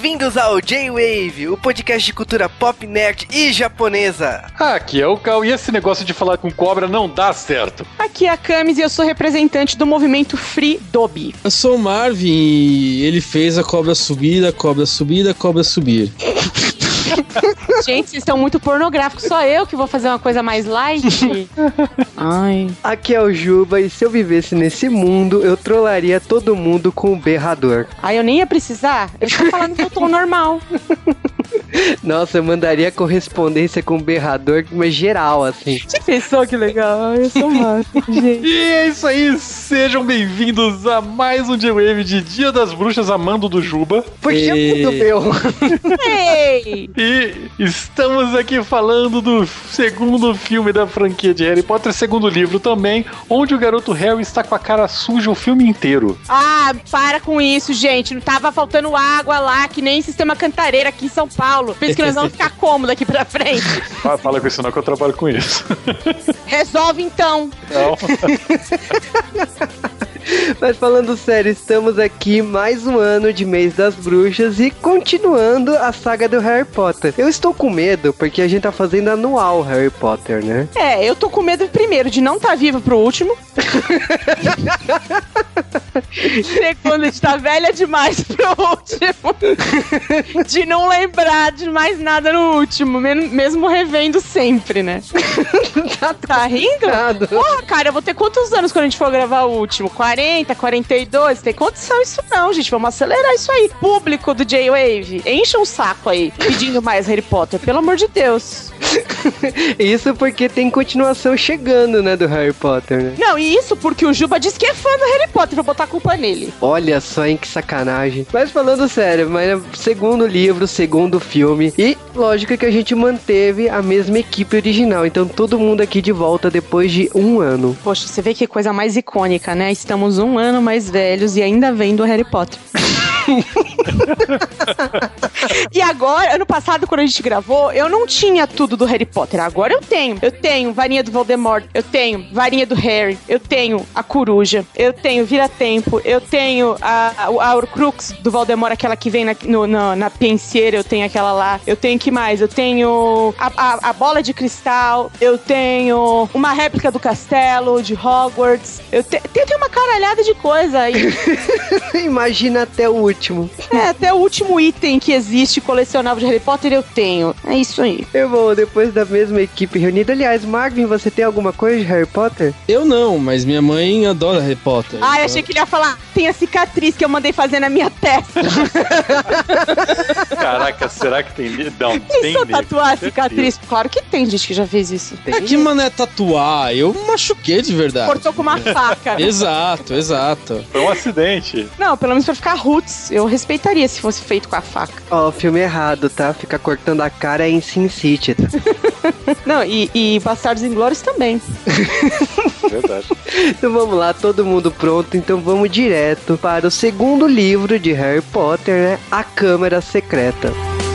Bem-vindos ao J-Wave, o podcast de cultura pop, nerd e japonesa. Aqui é o Cal, e esse negócio de falar com cobra não dá certo. Aqui é a Camis e eu sou representante do movimento Free Dobi. Eu sou o Marvin e ele fez a cobra subir, a cobra subir, a cobra subir. Gente, vocês estão muito pornográficos. Só eu que vou fazer uma coisa mais light. Ai. Aqui é o Juba e se eu vivesse nesse mundo, eu trollaria todo mundo com o berrador. Ai, eu nem ia precisar. Eu tô falando que eu tô normal. Nossa, eu mandaria correspondência com o berrador, mas geral, assim. Você pensou que legal? Ai, eu sou massa, gente. E é isso aí, sejam bem-vindos a mais um J-Wave de Dia das Bruxas, amando do Juba. Puxa muito meu. Ei! E estamos aqui falando do segundo filme da franquia de Harry Potter, segundo livro também, onde o garoto Harry está com a cara suja o filme inteiro. Ah, para com isso, gente. Não tava faltando água lá, que nem Sistema Cantareira aqui em São Paulo. Por isso que nós vamos ficar cômodos aqui pra frente. Fala com isso não, que eu trabalho com isso. Resolve então. Não. Mas falando sério, estamos aqui mais um ano de Mês das Bruxas e continuando a saga do Harry Potter. Eu estou com medo porque a gente tá fazendo anual Harry Potter, né? É, eu tô com medo primeiro de não estar viva pro último. Segundo, de estar velha demais pro último. De não lembrar de mais nada no último, mesmo revendo sempre, né? Tá rindo? Porra, cara, eu vou ter quantos anos quando a gente for gravar o último? 40, 42? Tem condição isso não, gente. Vamos acelerar isso aí. Público do J-Wave, encha um saco aí, pedindo mais Harry Potter, pelo amor de Deus. Isso porque tem continuação chegando, né, do Harry Potter, né? Não, e isso porque o Juba disse que é fã do Harry Potter, vou botar a culpa nele. Olha só, hein, que sacanagem. Mas falando sério, mas segundo livro, segundo filme, e lógico que a gente manteve a mesma equipe original, então todo mundo aqui de volta depois de um ano. Poxa, você vê que coisa mais icônica, né? Estamos um ano mais velhos e ainda vendo o Harry Potter. E agora, ano passado, quando a gente gravou, eu não tinha tudo do Harry Potter. Agora eu tenho. Eu tenho varinha do Voldemort, eu tenho varinha do Harry, eu tenho a coruja, eu tenho vira-tempo, eu tenho a Horcrux do Voldemort, aquela que vem na penseira, eu tenho aquela lá. Eu tenho que mais? Eu tenho a bola de cristal, eu tenho uma réplica do castelo de Hogwarts, eu tenho uma caralhada de coisa aí. Imagina até o último. É, até o último item que existe colecionável de Harry Potter eu tenho. É isso aí. Irmão, depois da mesma equipe reunida. Aliás, Marvin, você tem alguma coisa de Harry Potter? Eu não, mas minha mãe adora Harry Potter. Ah, eu achei que ele ia falar, tem a cicatriz que eu mandei fazer na minha testa. Caraca, será que tem? Não, tem. Isso tatuar a cicatriz? Claro que tem gente que já fez isso. É que mané tatuar, eu machuquei de verdade. Cortou com uma faca. Exato. Foi um acidente. Não, pelo menos pra ficar roots, eu respeitaria se fosse feito com a faca. Ó, filme errado, tá? Ficar cortando a cara é em Sin City, tá? Não, e Bastardos Inglórios também. Verdade. Então vamos lá, todo mundo pronto, então vamos direto para o segundo livro de Harry Potter, né? A Câmara Secreta.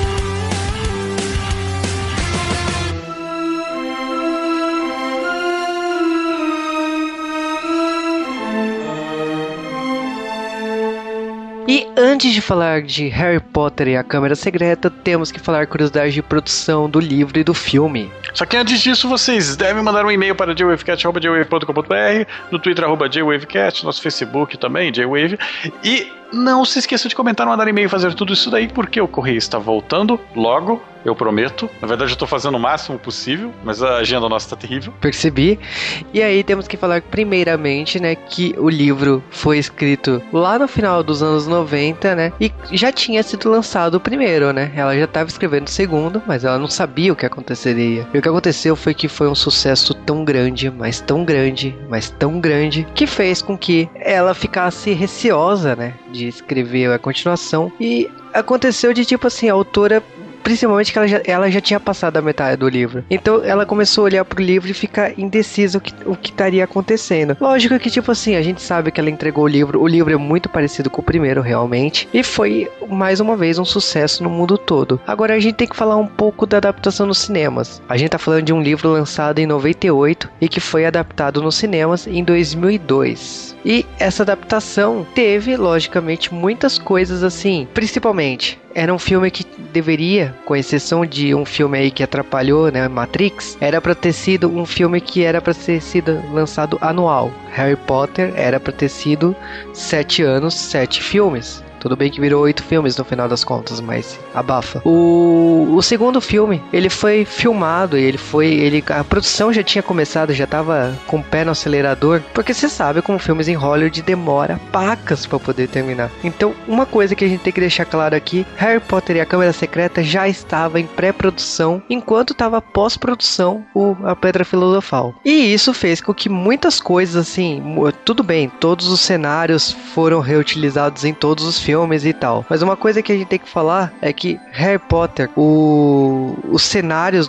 E antes de falar de Harry Potter e a Câmara Secreta, temos que falar curiosidades de produção do livro e do filme. Só que antes disso, vocês devem mandar um e-mail para jwavecast@jwave.com.br, no Twitter @jwavecast, nosso Facebook também, jwave, e não se esqueça de comentar, mandar e-mail, fazer tudo isso daí, porque o Correio está voltando logo, eu prometo. Na verdade, eu estou fazendo o máximo possível, mas a agenda nossa está terrível. Percebi. E aí temos que falar primeiramente, né, que o livro foi escrito lá no final dos anos 90, né, e já tinha sido lançado o primeiro, né. Ela já estava escrevendo o segundo, mas ela não sabia o que aconteceria. E o que aconteceu foi que foi um sucesso tão grande, mas tão grande, mas tão grande, que fez com que ela ficasse receosa, né, de escrever a continuação. E aconteceu de tipo assim, a autora principalmente que ela já tinha passado a metade do livro. Então ela começou a olhar pro livro e ficar indecisa o que estaria acontecendo. Lógico que, tipo assim, a gente sabe que ela entregou o livro é muito parecido com o primeiro, realmente, e foi, mais uma vez, um sucesso no mundo todo. Agora a gente tem que falar um pouco da adaptação nos cinemas. A gente tá falando de um livro lançado em 98 e que foi adaptado nos cinemas em 2002. E essa adaptação teve, logicamente, muitas coisas assim, principalmente... Era um filme que deveria, com exceção de um filme aí que atrapalhou, né, Matrix, era pra ter sido um filme que era pra ter sido lançado anual. Harry Potter era pra ter sido 7 anos, 7 filmes. Tudo bem que virou 8 filmes no final das contas, mas abafa. O segundo filme, ele foi filmado, a produção já tinha começado, já tava com o pé no acelerador, porque você sabe como filmes em Hollywood demora pacas pra poder terminar. Então, uma coisa que a gente tem que deixar claro aqui, Harry Potter e a Câmara Secreta já estava em pré-produção, enquanto estava pós-produção a Pedra Filosofal. E isso fez com que muitas coisas, assim, tudo bem, todos os cenários foram reutilizados em todos os filmes e tal. Mas uma coisa que a gente tem que falar é que Harry Potter, os cenários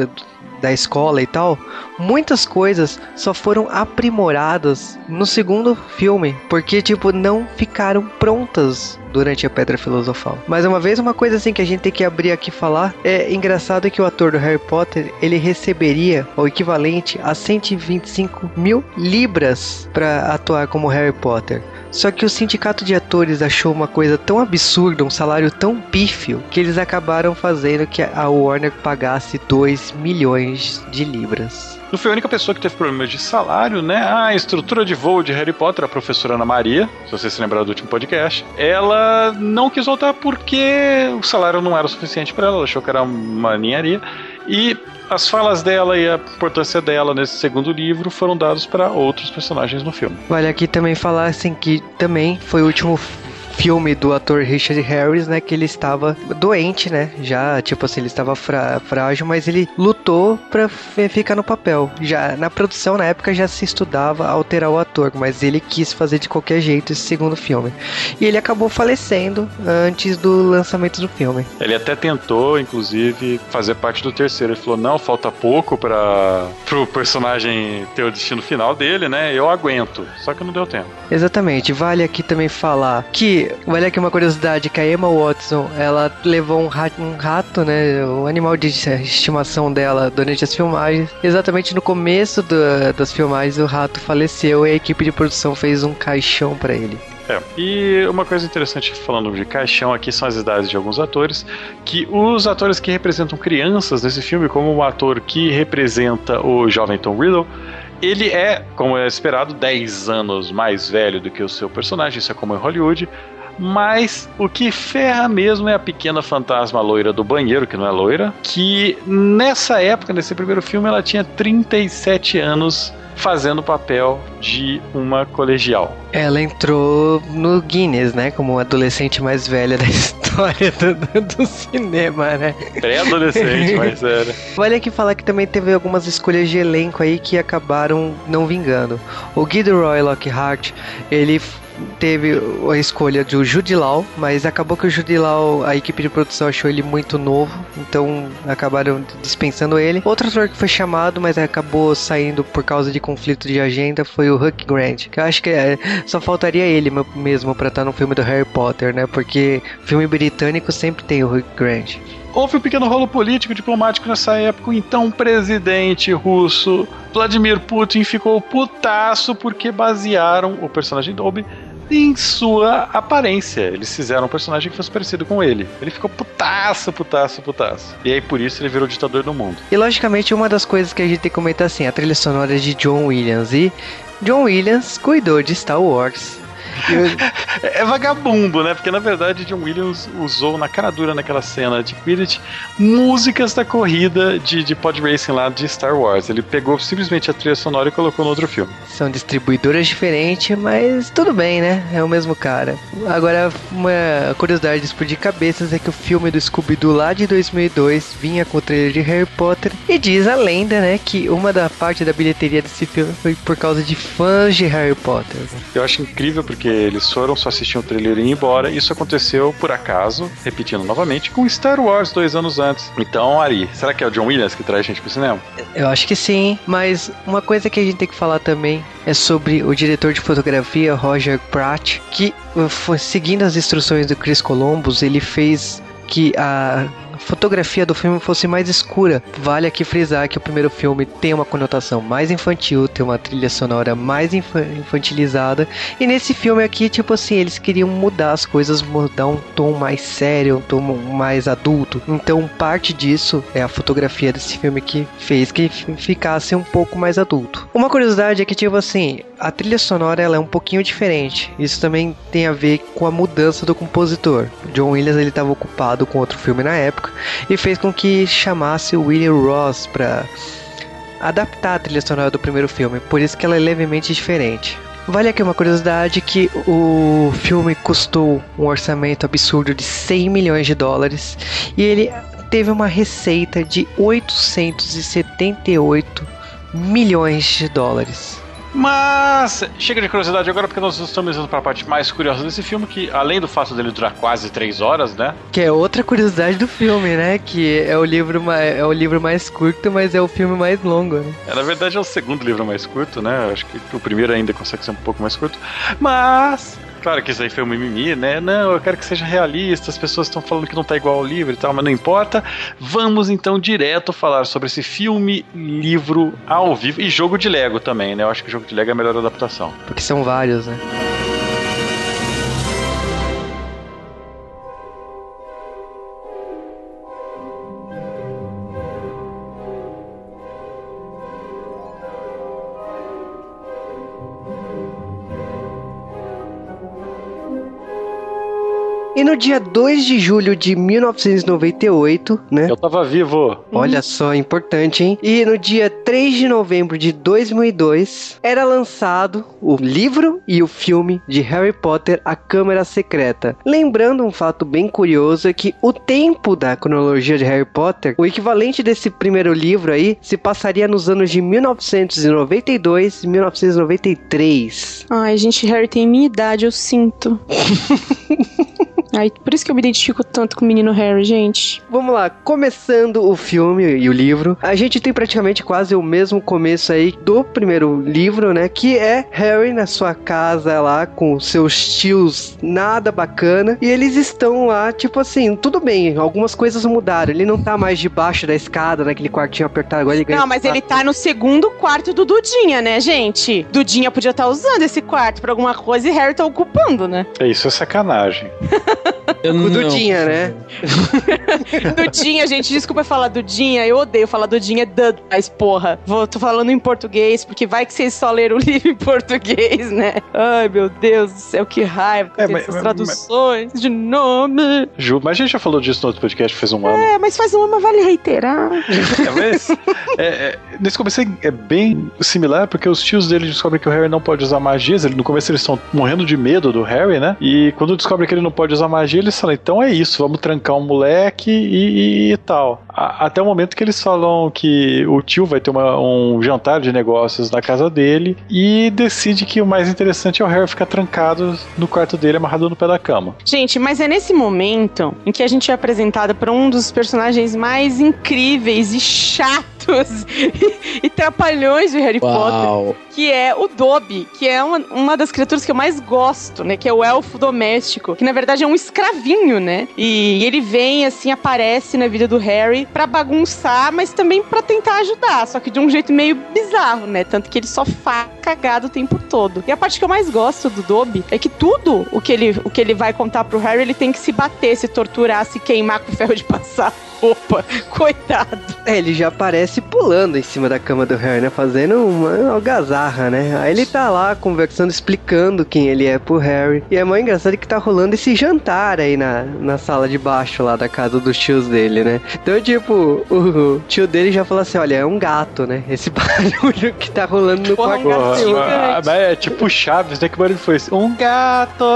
da escola e tal, muitas coisas só foram aprimoradas no segundo filme, porque, tipo, não ficaram prontas durante a Pedra Filosofal. Mais uma vez, uma coisa assim que a gente tem que abrir aqui e falar, é engraçado que o ator do Harry Potter, ele receberia o equivalente a 125 mil libras para atuar como Harry Potter. Só que o sindicato de atores achou uma coisa tão absurda, um salário tão pífio, que eles acabaram fazendo que a Warner pagasse 2 milhões de libras. Não foi a única pessoa que teve problemas de salário, né? A estrutura de voo de Harry Potter, a professora Ana Maria, se você se lembrar do último podcast, ela não quis voltar porque o salário não era o suficiente para ela achou que era uma ninharia. E as falas dela e a importância dela nesse segundo livro foram dados para outros personagens no filme. Vale aqui também falar assim que também foi o último filme do ator Richard Harris, né, que ele estava doente, né, já, tipo assim, ele estava frágil, mas ele lutou pra ficar no papel. Já na produção, na época, já se estudava alterar o ator, mas ele quis fazer de qualquer jeito esse segundo filme. E ele acabou falecendo antes do lançamento do filme. Ele até tentou, inclusive, fazer parte do terceiro. Ele falou, não, falta pouco pro personagem ter o destino final dele, né, eu aguento. Só que não deu tempo. Exatamente. Vale aqui também falar que olha aqui uma curiosidade, que a Emma Watson, ela levou um rato, né, o animal de estimação dela durante as filmagens. Exatamente no começo das filmagens, o rato faleceu e a equipe de produção fez um caixão pra ele. E uma coisa interessante falando de caixão aqui são as idades de alguns atores, que os atores que representam crianças nesse filme, como o ator que representa o jovem Tom Riddle, ele é, como é esperado, 10 anos mais velho do que o seu personagem, isso é como em Hollywood. Mas o que ferra mesmo é a pequena fantasma loira do banheiro, que não é loira, que nessa época, nesse primeiro filme, ela tinha 37 anos fazendo o papel de uma colegial. Ela entrou no Guinness, né, como a adolescente mais velha da história do cinema, né? Pré-adolescente, mas era. Vale aqui falar que também teve algumas escolhas de elenco aí que acabaram não vingando. O Gilderoy Lockhart, ele teve a escolha do Jude Law, mas acabou que o Jude Law, a equipe de produção achou ele muito novo, então acabaram dispensando ele. Outro ator que foi chamado, mas acabou saindo por causa de conflito de agenda, foi o Hugh Grant, que eu acho que só faltaria ele mesmo pra estar no filme do Harry Potter, né, porque filme britânico sempre tem o Hugh Grant. Houve um pequeno rolo político diplomático nessa época. O então presidente russo Vladimir Putin ficou putaço porque basearam o personagem Dobby em sua aparência. Eles fizeram um personagem que fosse parecido com ele. Ele ficou putaço. E aí por isso ele virou ditador do mundo. E logicamente uma das coisas que a gente tem que comentar assim, a trilha sonora de John Williams. E John Williams cuidou de Star Wars. É vagabundo, né? Porque na verdade John Williams usou na cara dura naquela cena de Quidditch músicas da corrida de pod racing lá de Star Wars. Ele pegou simplesmente a trilha sonora e colocou no outro filme. São distribuidoras diferentes, mas tudo bem, né? É o mesmo cara. Agora, uma curiosidade de explodir cabeças é que o filme do Scooby-Doo lá de 2002 vinha com o trailer de Harry Potter e diz a lenda, né, que uma da parte da bilheteria desse filme foi por causa de fãs de Harry Potter. Eu acho incrível porque porque eles foram só assistir um trailer e ir embora. Isso aconteceu, por acaso, repetindo novamente, com Star Wars 2 anos antes. Então, Ari, será que é o John Williams que traz a gente pro cinema? Eu acho que sim, mas uma coisa que a gente tem que falar também é sobre o diretor de fotografia, Roger Pratt, que, seguindo as instruções do Chris Columbus, ele fez que a fotografia do filme fosse mais escura. Vale aqui frisar que o primeiro filme tem uma conotação mais infantil, tem uma trilha sonora mais infantilizada, e nesse filme aqui, tipo assim, eles queriam mudar as coisas, mudar um tom mais sério, um tom mais adulto. Então parte disso é a fotografia desse filme que fez que ficasse um pouco mais adulto. Uma curiosidade é que, tipo assim, a trilha sonora ela é um pouquinho diferente. Isso também tem a ver com a mudança do compositor. John Williams ele estava ocupado com outro filme na época e fez com que chamasse o William Ross para adaptar a trilha sonora do primeiro filme. Por isso que ela é levemente diferente. Vale aqui uma curiosidade que o filme custou um orçamento absurdo de 100 milhões de dólares e ele teve uma receita de 878 milhões de dólares. Mas chega de curiosidade agora, porque nós estamos indo para a parte mais curiosa desse filme, que além do fato dele durar quase 3 horas, né? Que é outra curiosidade do filme, né? Que é o livro mais curto, mas é o filme mais longo, né? Na verdade é o segundo livro mais curto, né? Acho que o primeiro ainda consegue ser um pouco mais curto. Mas claro que isso aí foi um mimimi, né? Não, eu quero que seja realista, as pessoas estão falando que não tá igual ao livro e tal, mas não importa. Vamos então direto falar sobre esse filme, livro ao vivo e jogo de Lego também, né? Eu acho que o jogo de Lego é a melhor adaptação. Porque são vários, né? E no dia 2 de julho de 1998, né? Eu tava vivo. Olha só, importante, hein? E no dia 3 de novembro de 2002, era lançado o livro e o filme de Harry Potter, A Câmara Secreta. Lembrando um fato bem curioso é que o tempo da cronologia de Harry Potter, o equivalente desse primeiro livro aí, se passaria nos anos de 1992 e 1993. Ai, gente, Harry tem minha idade, eu sinto. Ai, por isso que eu me identifico tanto com o menino Harry, gente. Vamos lá, começando o filme e o livro, a gente tem praticamente quase o mesmo começo aí do primeiro livro, né? Que é Harry na sua casa lá com seus tios nada bacana. E eles estão lá, tipo assim, tudo bem, algumas coisas mudaram. Ele não tá mais debaixo da escada, naquele quartinho apertado. Agora ele ganha. Não, mas ele tá no segundo quarto do Dudinha, né, gente? Dudinha podia estar usando esse quarto pra alguma coisa e Harry tá ocupando, né? Isso é sacanagem. O Dudinha, né? Dudinha, gente, desculpa falar Dudinha, eu odeio falar Dudinha, é Dud, mas porra, tô falando em português, porque vai que vocês só leram o livro em português, né? Ai, meu Deus do céu, que raiva com essas traduções de nome. Ju, mas a gente já falou disso no outro podcast, fez um ano. É, mas faz um ano, mas vale reiterar. Nesse começo é bem similar, porque os tios dele descobrem que o Harry não pode usar magias. No começo eles estão morrendo de medo do Harry, né? E quando descobrem que ele não pode usar magia, eles falam, então é isso, vamos trancar um moleque e tal. Até o momento que eles falam que o tio vai ter um jantar de negócios na casa dele e decide que o mais interessante é o Harry ficar trancado no quarto dele, amarrado no pé da cama. Gente, mas é nesse momento em que a gente é apresentado para um dos personagens mais incríveis e chatos e trapalhões de Harry Potter, que é o Dobby, que é uma das criaturas que eu mais gosto, né? Que é o elfo doméstico, que na verdade é um escravinho, né? E ele vem, assim, aparece na vida do Harry pra bagunçar, mas também pra tentar ajudar, só que de um jeito meio bizarro, né? Tanto que ele só faz cagado o tempo todo. E a parte que eu mais gosto do Dobby é que tudo o que ele vai contar pro Harry, ele tem que se bater, se torturar, se queimar com ferro de passar. Opa, coitado. Ele já aparece pulando em cima da cama do Harry, né? Fazendo uma algazarra, né? Aí ele tá lá conversando, explicando quem ele é pro Harry. E é muito engraçado que tá rolando esse jantar aí na sala de baixo lá da casa dos tios dele, né? Então, tipo, o tio dele já falou assim, olha, é um gato, né? Esse barulho que tá rolando no quarto. É tipo Chaves, né? Que barulho foi esse? Um gato!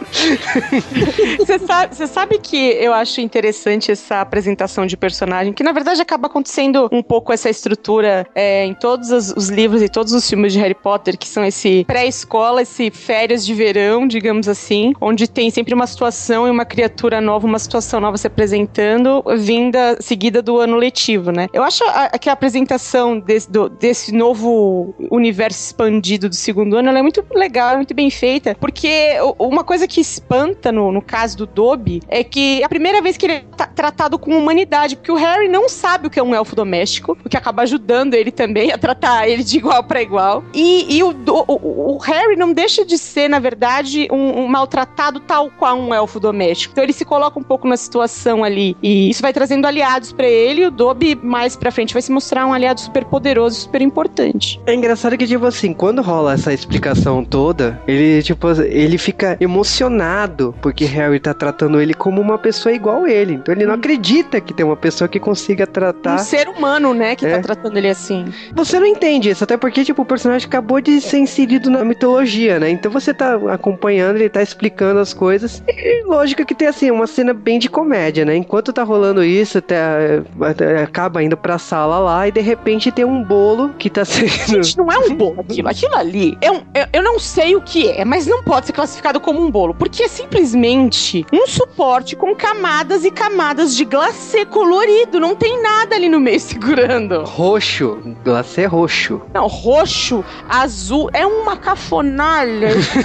Você sabe que eu acho interessante essa apresentação de personagem, que na verdade acaba acontecendo um pouco essa estrutura em todos os livros e todos os filmes de Harry Potter, que são esse pré-escola, esse férias de verão, digamos assim, onde tem sempre uma situação e uma criatura nova, uma situação nova se apresentando, seguida do ano letivo, né? Eu acho que a apresentação desse novo universo expandido do segundo ano, ela é muito legal, é muito bem feita, porque uma coisa que espanta no caso do Dobby é que é a primeira vez que ele é tratado com humanidade, porque o Harry não sabe o que é um elfo doméstico, o que acaba ajudando ele também a tratar ele de igual para igual, e o Harry não deixa de ser, na verdade, um maltratado tal qual um elfo doméstico. Então ele se coloca um pouco na situação ali, e isso vai trazendo aliados pra ele, e o Dobby mais pra frente vai se mostrar um aliado super poderoso, super importante. É engraçado que, tipo assim, quando rola essa explicação toda, ele fica emocionado, porque Harry tá tratando ele como uma pessoa igual a ele. Então ele não acredita que tem uma pessoa que consiga tratar... Um ser humano, né, que tá tratando ele assim. Você não entende isso, até porque, tipo, o personagem acabou de ser inserido na mitologia, né? Então você tá acompanhando, ele tá explicando as coisas. E lógico que tem, assim, uma cena bem de comédia, né? Enquanto tá rolando isso, até acaba indo pra sala lá e de repente tem um bolo que tá sendo... Gente, não é um bolo aquilo. Aquilo ali eu não sei o que é, mas não pode ser classificado como um bolo, porque é simplesmente um suporte com camadas e camadas de glacê colorido. Não tem nada ali no meio segurando. Roxo. Glacê roxo. Não, roxo, azul, é uma cafonalha.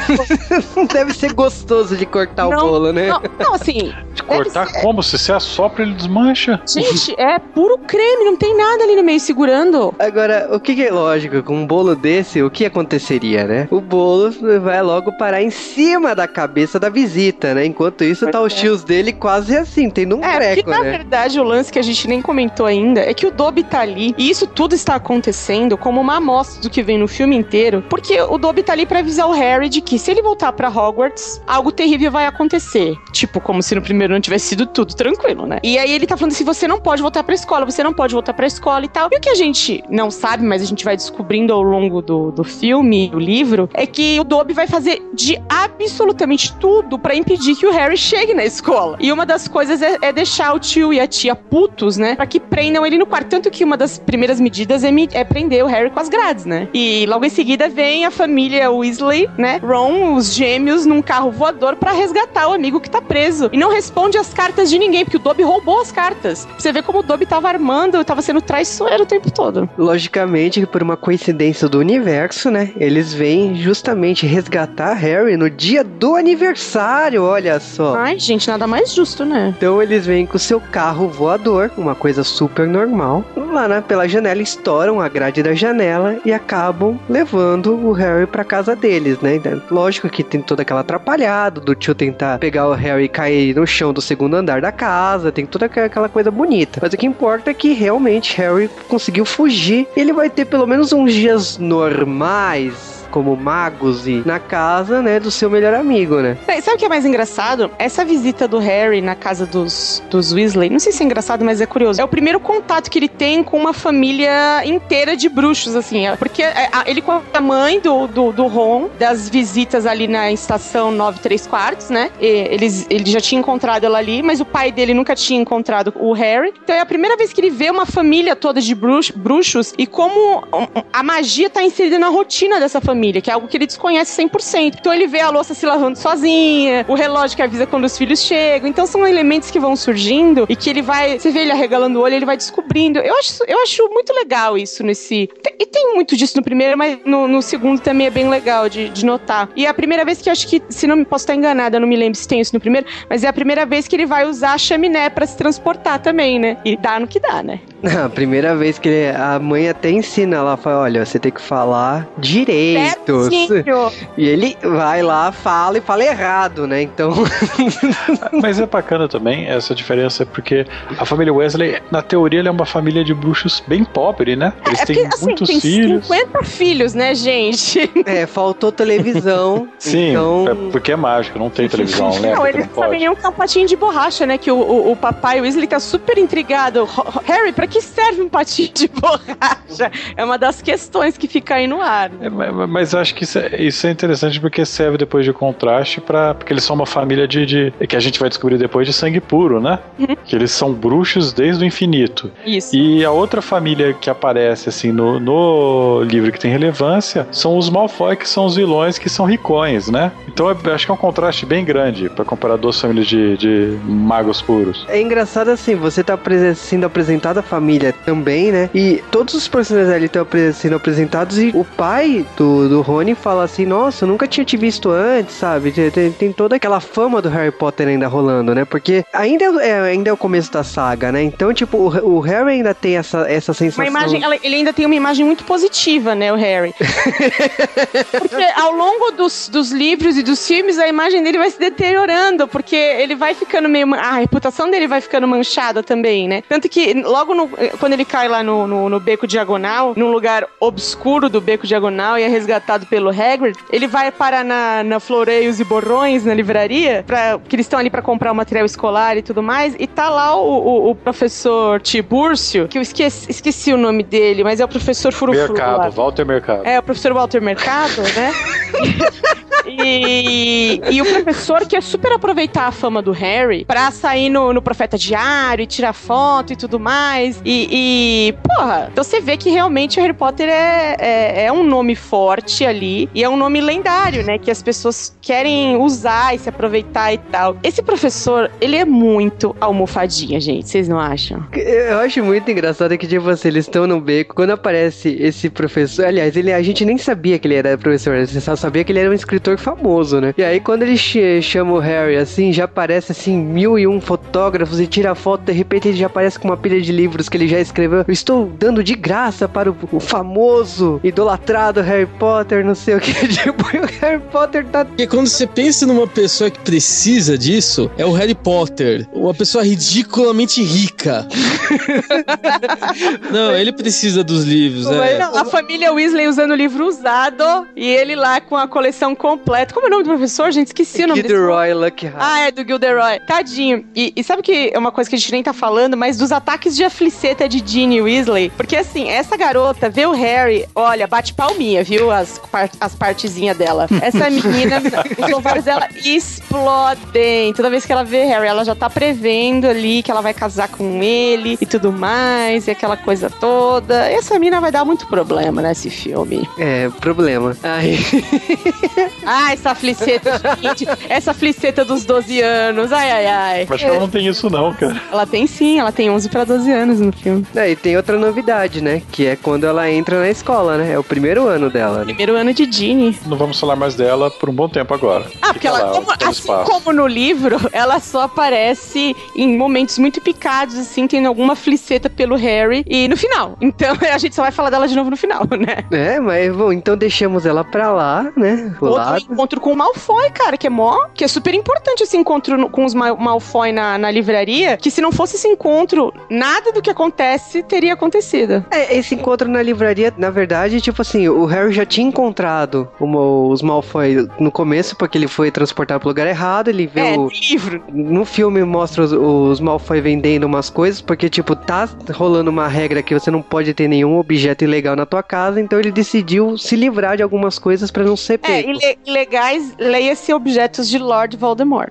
Deve ser gostoso de cortar o bolo, né? Não, assim... De cortar como? Se você assopra, ele desmancha. Gente, é puro creme, não tem nada ali no meio segurando. Agora, o que é lógico? Com um bolo desse, o que aconteceria, né? O bolo vai logo parar em cima da cabeça da visita, né? Enquanto isso, tá os tios dele quase assim, tendo um breco, né? Na verdade, o lance que a gente nem comentou ainda é que o Dobby tá ali, e isso tudo está acontecendo como uma amostra do que vem no filme inteiro, porque o Dobby tá ali pra avisar o Harry de que se ele voltar pra Hogwarts, algo terrível vai acontecer. Tipo, como se no primeiro ano tivesse sido tudo tranquilo, né? E aí ele tá falando assim, você não pode voltar pra escola, você não pode voltar pra escola e tal. E o que a gente não sabe, mas a gente vai descobrindo ao longo do filme, do livro, é que o Dobby vai fazer de absolutamente tudo pra impedir que o Harry chegue na escola. E uma das coisas é deixar o tio e a tia putos, né? Pra que prendam ele no quarto. Tanto que uma das primeiras medidas é prender o Harry com as grades, né? E logo em seguida vem a família Weasley, né? Ron, os gêmeos, num carro voador pra resgatar o amigo que tá preso. E não responde as cartas de ninguém, porque o Dobby roubou as cartas. Você vê como o Dobby tava armando, tava sendo traiçoeiro o tempo todo. Logicamente, por uma coincidência do universo, né? Eles vêm justamente resgatar Harry no dia do aniversário, olha só. Ai, gente, nada mais justo, né? Então eles vêm com o seu carro voador, uma coisa super normal. Lá, né, pela janela, estouram a grade da janela e acabam levando o Harry pra casa deles, né? Lógico que tem toda aquela atrapalhada do tio tentar pegar o Harry e cair no chão do segundo andar da casa, tem toda aquela coisa bonita. Mas o que importa é que realmente Harry conseguiu fugir. Ele vai ter pelo menos uns dias normais, como magos e na casa, né, do seu melhor amigo, né? Sabe o que é mais engraçado? Essa visita do Harry na casa dos Weasley, não sei se é engraçado, mas é curioso. É o primeiro contato que ele tem com uma família inteira de bruxos, assim. Porque ele com a mãe do Ron, das visitas ali na estação 9 3/4, né? Ele já tinha encontrado ela ali, mas o pai dele nunca tinha encontrado o Harry. Então é a primeira vez que ele vê uma família toda de bruxos e como a magia tá inserida na rotina dessa família, que é algo que ele desconhece 100%. Então ele vê a louça se lavando sozinha, o relógio que avisa quando os filhos chegam. Então são elementos que vão surgindo e que ele vai... Você vê ele arregalando o olho, ele vai descobrindo. Eu acho muito legal isso nesse... E tem muito disso no primeiro, mas no segundo também é bem legal de notar. E é a primeira vez que eu acho que, se não me posso estar enganada, eu não me lembro se tem isso no primeiro, mas é a primeira vez que ele vai usar a chaminé pra se transportar também, né? E dá no que dá, né? A primeira vez que a mãe até ensina, ela fala, olha, você tem que falar direitos. E ele vai lá, fala e fala errado, né? Então... Mas é bacana também essa diferença, porque a família Weasley, na teoria, ela é uma família de bruxos bem pobre, né? Eles têm muitos filhos. 50 filhos, né, gente? Faltou televisão. Sim, então... porque é mágico, não tem televisão, né? Não, eles sabem nem um patinho de borracha, né? Que o papai Weasley tá super intrigado. Harry, pra que serve um patinho de borracha? É uma das questões que fica aí no ar. Mas eu acho que isso é interessante porque serve depois de contraste porque eles são uma família que a gente vai descobrir depois de sangue puro, né? Que eles são bruxos desde o infinito. Isso. E a outra família que aparece assim no livro que tem relevância são os Malfoy, que são os vilões que são ricões, né? Então eu acho que é um contraste bem grande pra comparar duas famílias de magos puros. É engraçado assim, você tá sendo apresentado a família também, né? E todos os personagens ali estão sendo apresentados e o pai do Rony fala assim, nossa, eu nunca tinha te visto antes, sabe? Tem toda aquela fama do Harry Potter ainda rolando, né? Porque ainda é o começo da saga, né? Então, tipo, o Harry ainda tem essa sensação... Uma imagem, ele ainda tem uma imagem muito positiva, né, o Harry? Porque ao longo dos livros e dos filmes, a imagem dele vai se deteriorando, porque ele vai ficando meio... A reputação dele vai ficando manchada também, né? Tanto que logo quando ele cai lá no Beco Diagonal, num lugar obscuro do Beco Diagonal e é resgatado pelo Hagrid, ele vai parar na Floreios e Borrões, na livraria, que eles estão ali pra comprar o material escolar e tudo mais, e tá lá o professor Tibúrcio, que eu esqueci o nome dele, mas é o professor Furufuru. Mercado, Walter Mercado. É, o professor Walter Mercado, né? E o professor quer super aproveitar a fama do Harry pra sair no Profeta Diário e tirar foto e tudo mais. Porra, então você vê que realmente o Harry Potter é um nome forte ali e é um nome lendário, né? Que as pessoas querem usar e se aproveitar e tal. Esse professor, ele é muito almofadinha, gente. Vocês não acham? Eu acho muito engraçado que, tipo assim, eles estão no beco, quando aparece esse professor, aliás, a gente nem sabia que ele era professor, você só sabia que ele era um escritor famoso, né? E aí, quando ele chama o Harry, assim, já aparece, assim, 1001 fotógrafos e tira foto, de repente ele já aparece com uma pilha de livros que ele já escreveu. Eu estou dando de graça para o famoso, idolatrado Harry Potter, não sei o que, tipo, o Harry Potter tá... Porque quando você pensa numa pessoa que precisa disso, é o Harry Potter, uma pessoa ridiculamente rica. Não, ele precisa dos livros, né? Não, a família Weasley usando o livro usado e ele lá com a coleção completa. Como é o nome do professor, gente? Esqueci o nome dele. Gilderoy Lockhart. Ah, é do Gilderoy. Tadinho. E sabe que é uma coisa que a gente nem tá falando, mas dos ataques de afliceta de Ginny Weasley. Porque assim, essa garota vê o Harry, olha, bate palminha, viu? As partezinhas dela. Essa menina, os ovários dela explodem. Toda vez que ela vê Harry, ela já tá prevendo ali que ela vai casar com ele e tudo mais, e aquela coisa toda. Essa menina vai dar muito problema nesse filme. É, problema. Ai. Ah, essa fliceta, gente. Essa fliceta dos 12 anos. Ai, ai, ai. Acho que ela não tem isso não, cara. Ela tem sim, ela tem 11 pra 12 anos no filme. E tem outra novidade, né? Que é quando ela entra na escola, né? É o primeiro ano dela, né? Primeiro ano de Ginny. Não vamos falar mais dela por um bom tempo agora. Ah, porque ela, assim como no livro, ela só aparece em momentos muito picados, assim, tendo alguma fliceta pelo Harry e no final. Então a gente só vai falar dela de novo no final, né? É, mas bom, então deixamos ela pra lá, né? Outro encontro com o Malfoy, cara, que é super importante esse encontro com os Malfoy na livraria, que se não fosse esse encontro, nada do que acontece teria acontecido. Esse encontro na livraria, na verdade, tipo assim, o Harry já tinha encontrado os Malfoy no começo, porque ele foi transportado pro lugar errado, ele vê no livro. No filme mostra os Malfoy vendendo umas coisas, porque, tipo, tá rolando uma regra que você não pode ter nenhum objeto ilegal na tua casa, então ele decidiu se livrar de algumas coisas pra não ser pego. Ilegais, leia-se objetos de Lord Voldemort.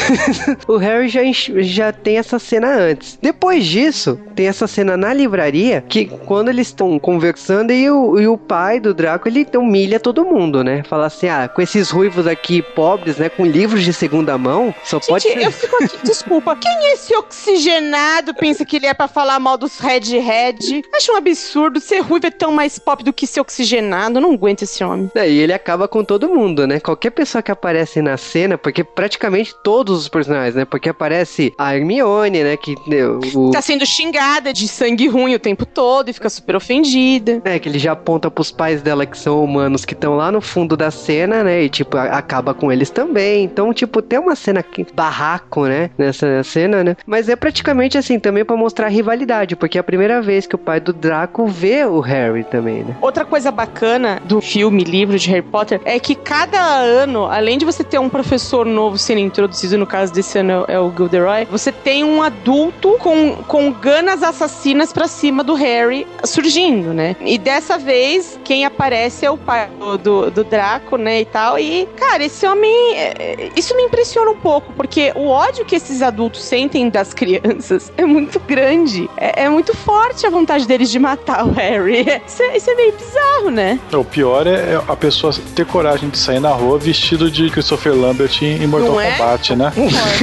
O Harry já tem essa cena antes. Depois disso, tem essa cena na livraria, que quando eles estão conversando e o pai do Draco, ele humilha todo mundo, né? Fala assim, com esses ruivos aqui pobres, né, com livros de segunda mão, só gente, pode ser... eu fico aqui, desculpa, quem é esse oxigenado pensa que ele é pra falar mal dos Red? Acho um absurdo, ser ruivo é tão mais pop do que ser oxigenado, eu não aguento esse homem. E ele acaba com todo mundo, né? Qualquer pessoa que aparece na cena, porque praticamente todos os personagens, né? Porque aparece a Hermione, né? Que tá sendo xingada de sangue ruim o tempo todo e fica super ofendida. Que ele já aponta pros pais dela que são humanos, que estão lá no fundo da cena, né? E, tipo, acaba com eles também. Então, tipo, tem uma cena aqui, barraco, né? Nessa cena, né? Mas é praticamente assim, também pra mostrar a rivalidade, porque é a primeira vez que o pai do Draco vê o Harry também, né? Outra coisa bacana do filme, livro de Harry Potter, é que cada cada ano, além de você ter um professor novo sendo introduzido, no caso desse ano é o Gilderoy, você tem um adulto com ganas assassinas pra cima do Harry surgindo, né? E dessa vez, quem aparece é o pai do Draco, né, e tal. E, cara, esse homem... Isso me impressiona um pouco, porque o ódio que esses adultos sentem das crianças é muito grande. É muito forte a vontade deles de matar o Harry. Isso é meio bizarro, né? O pior é a pessoa ter coragem de sair na rua vestido de Christopher Lambert em Mortal Kombat, né?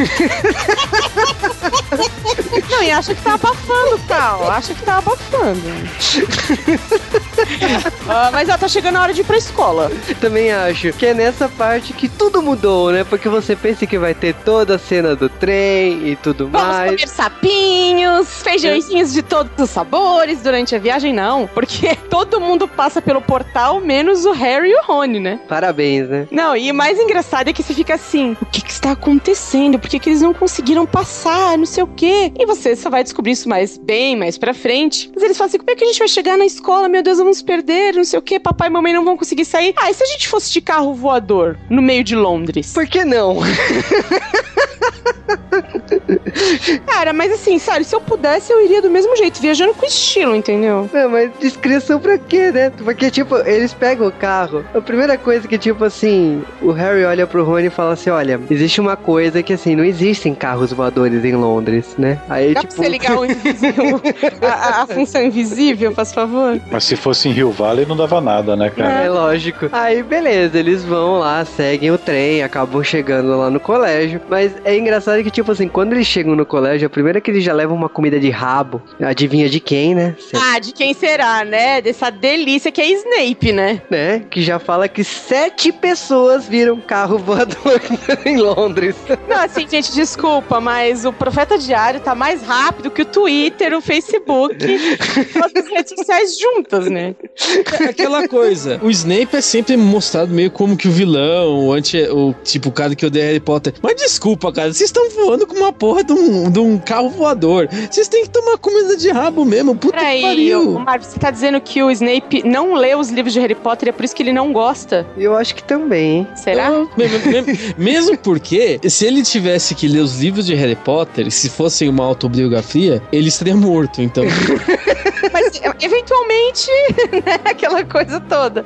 Não, e acha que tá abafando, Cal. Acha que tá abafando. Mas tá chegando a hora de ir pra escola. Também acho que é nessa parte que tudo mudou, né? Porque você pensa que vai ter toda a cena do trem e tudo mais. Vamos comer sapinhos, feijõezinhos de todos os sabores durante a viagem, não. Porque todo mundo passa pelo portal, menos o Harry e o Rony, né? Parabéns, né? Não, e o mais engraçado é que você fica assim, o que está acontecendo? Por que eles não conseguiram passar? Não sei o quê. E você só vai descobrir isso bem mais pra frente. Mas eles falam assim, como é que a gente vai chegar na escola? Meu Deus, vamos perder, não sei o quê. Papai e mamãe não vão conseguir sair. E se a gente fosse de carro voador no meio de Londres? Por que não? Cara, mas assim, sério, se eu pudesse, eu iria do mesmo jeito, viajando com estilo, entendeu? Não, mas descrição pra quê, né? Porque, tipo, eles pegam o carro. A primeira coisa que, tipo assim, o Harry olha pro Rony e fala assim, olha, existe uma coisa que, assim, não existem carros voadores em Londres, né? Aí, dá pra você ligar o invisível, a função invisível, faz favor? Mas se fosse em Rio Valley, não dava nada, né, cara? É lógico. Aí, beleza, eles vão lá, seguem o trem, acabam chegando lá no colégio. Mas é engraçado que, tipo assim, quando eles chegam no colégio, a primeira é que eles já levam uma comida de rabo. Adivinha de quem, né? De quem será, né? Dessa delícia que é Snape, né? Né? Que já fala que 7 pessoas viram carro voador em Londres. Não, assim, gente, desculpa, mas o Profeta Diário tá mais rápido que o Twitter, o Facebook, todas as redes sociais juntas, né? Aquela coisa, o Snape é sempre mostrado meio como que o vilão, o tipo, o cara que odeia Harry Potter. Mas desculpa, cara, vocês estão voando com uma porra de um carro voador. Vocês têm que tomar comida de rabo mesmo, puta que pariu. Marcos, você tá dizendo que o Snape não lê os livros de Harry Potter e é por isso que ele não gosta? Eu acho que também, hein? Será? Mesmo porque, se ele tivesse que ler os livros de Harry Potter, se fossem uma autobiografia, ele estaria morto, então. Mas, eventualmente, né, aquela coisa toda.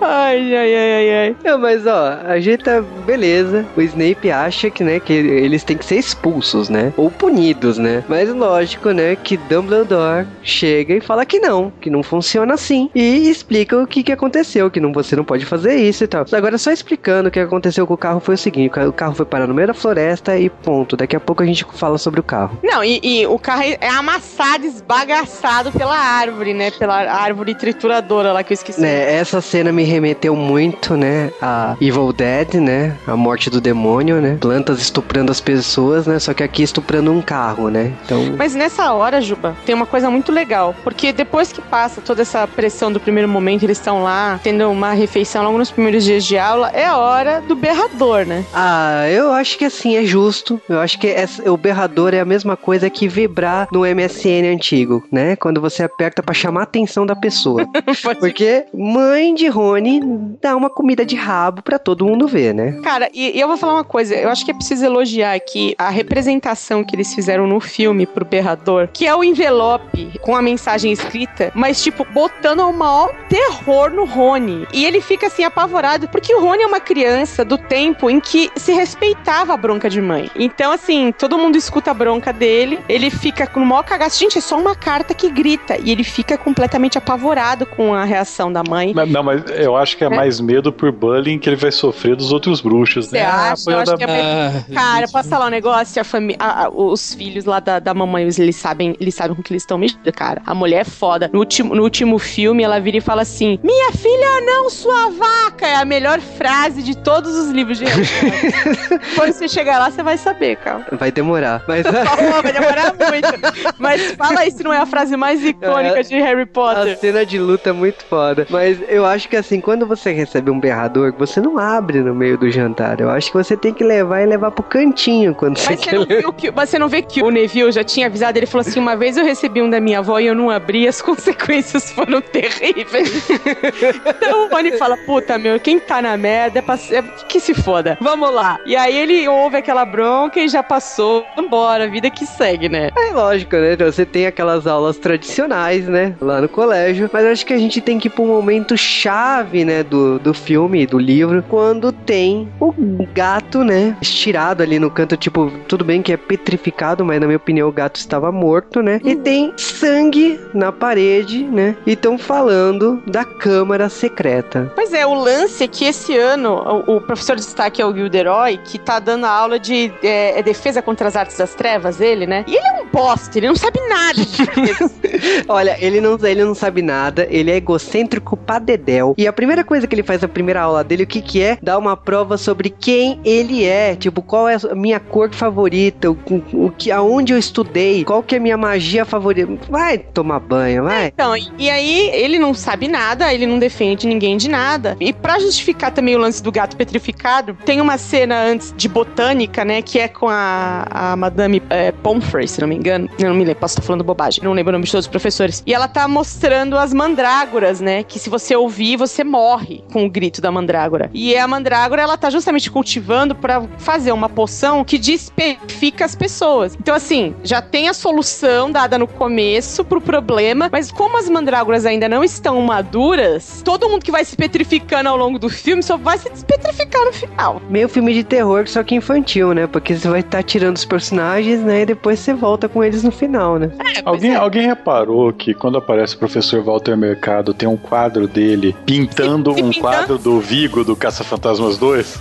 Ai. Não, mas, a gente tá... Beleza, o Snape acha que, né, que eles têm que ser expulsos, né? Ou punidos, né? Mas, lógico, né, que Dumbledore chega e fala que não funciona assim. E explica o que aconteceu, que você não pode fazer isso e tal. Agora, só explicando o que aconteceu com o carro foi o seguinte, o carro foi parar no meio da floresta e ponto. Daqui a pouco a gente fala sobre o carro. Não, e o carro é amassado, esbagaçado pela árvore, né? Pela árvore trituradora lá que eu esqueci. Né, essa cena me remeteu muito, né, a Evil Dead, né, a morte do demônio, né, plantas estuprando as pessoas, né, só que aqui estuprando um carro, né, então... Mas nessa hora, Juba, tem uma coisa muito legal, porque depois que passa toda essa pressão do primeiro momento, eles estão lá, tendo uma refeição logo nos primeiros dias de aula, é a hora do berrador, né? Eu acho que assim, é justo, eu acho que o berrador é a mesma coisa que vibrar no MSN antigo, né, quando você aperta pra chamar a atenção da pessoa. Porque mãe de Rony dá uma comida de rabo pra todo mundo ver, né? Cara, e eu vou falar uma coisa, eu acho que é preciso elogiar aqui a representação que eles fizeram no filme pro berrador, que é o envelope com a mensagem escrita, mas tipo, botando o maior terror no Rony. E ele fica assim, apavorado, porque o Rony é uma criança do tempo em que se respeitava a bronca de mãe. Então, assim, todo mundo escuta a bronca dele, ele fica com o maior cagaço. Gente, é só uma carta que grita. E ele fica completamente apavorado com a reação da mãe. Não, mas eu acho que é mais medo por bullying que ele vai sofrer dos outros bruxos, né? Você acha? Eu acho que é cara, posso falar um negócio? Os filhos lá da mamãe, eles sabem com que eles estão mexendo, cara. A mulher é foda. No último filme, ela vira e fala assim, minha filha não, sua vaca! É a melhor frase de todos os livros de Harry Potter. Quando você chegar lá, você vai saber, cara. Vai demorar. Mas... vai demorar muito. Mas fala aí se não é a frase mais icônica de Harry Potter. foda. A cena de luta é muito foda. Mas eu acho que assim, quando você recebe um berrador, você não abre no meio do jantar. Eu acho que você tem que levar pro cantinho quando você quer. Você não vê que o Neville já tinha avisado, ele falou assim, uma vez eu recebi um da minha avó e eu não abri, as consequências foram terríveis. Então o Rony fala, puta, meu, quem tá na merda que se foda. Vamos lá. E aí ele ouve aquela bronca e já passou, embora, a vida que segue, né? É lógico, né? Você tem aquelas aulas tradicionais, né? Lá no colégio. Mas eu acho que a gente tem que ir pra um momento chave, né? Do filme, do livro. Quando tem o gato, né? Estirado ali no canto. Tipo, tudo bem que é petrificado, mas na minha opinião o gato estava morto, né? E tem sangue na parede, né? E estão falando da Câmara Secreta. Pois é, o lance é que esse ano o professor de destaque é o Gilderoy, que tá dando aula de defesa contra as artes das trevas, ele, né? E ele é um bosta, ele não sabe nada de defesa. Olha, ele não sabe nada, ele é egocêntrico pra dedéu. E a primeira coisa que ele faz na primeira aula dele, o que é? Dar uma prova sobre quem ele é. Tipo, qual é a minha cor favorita, aonde eu estudei, qual que é a minha magia favorita. Vai tomar banho, vai. Então, e aí ele não sabe nada, ele não defende ninguém de nada. E pra justificar também o lance do gato petrificado, tem uma cena antes de botânica, né, que é com a Madame Pomfrey, se não me engano. Eu não me lembro, posso estar falando bobagem. Não lembro o nome de todos os professores. E ela tá mostrando as mandrágoras, né, que se você ouvir, você morre com o grito da mandrágora. E a mandrágora, ela tá justamente cultivando pra fazer uma poção que despetrifica as pessoas. Então, assim, já tem a solução dada no começo pro problema, mas como as mandrágoras ainda não estão maduras, todo mundo que vai se petrificando ao longo do filme só vai se despetrificar no final. Meio filme de terror, só que infantil, né? Porque você vai estar tirando os personagens, né? E depois você volta com eles no final, né? Alguém reparou que quando aparece o professor Walter Mercado, tem um quadro dele pintando um quadro do Vigo, do Caça-Fantasmas 2?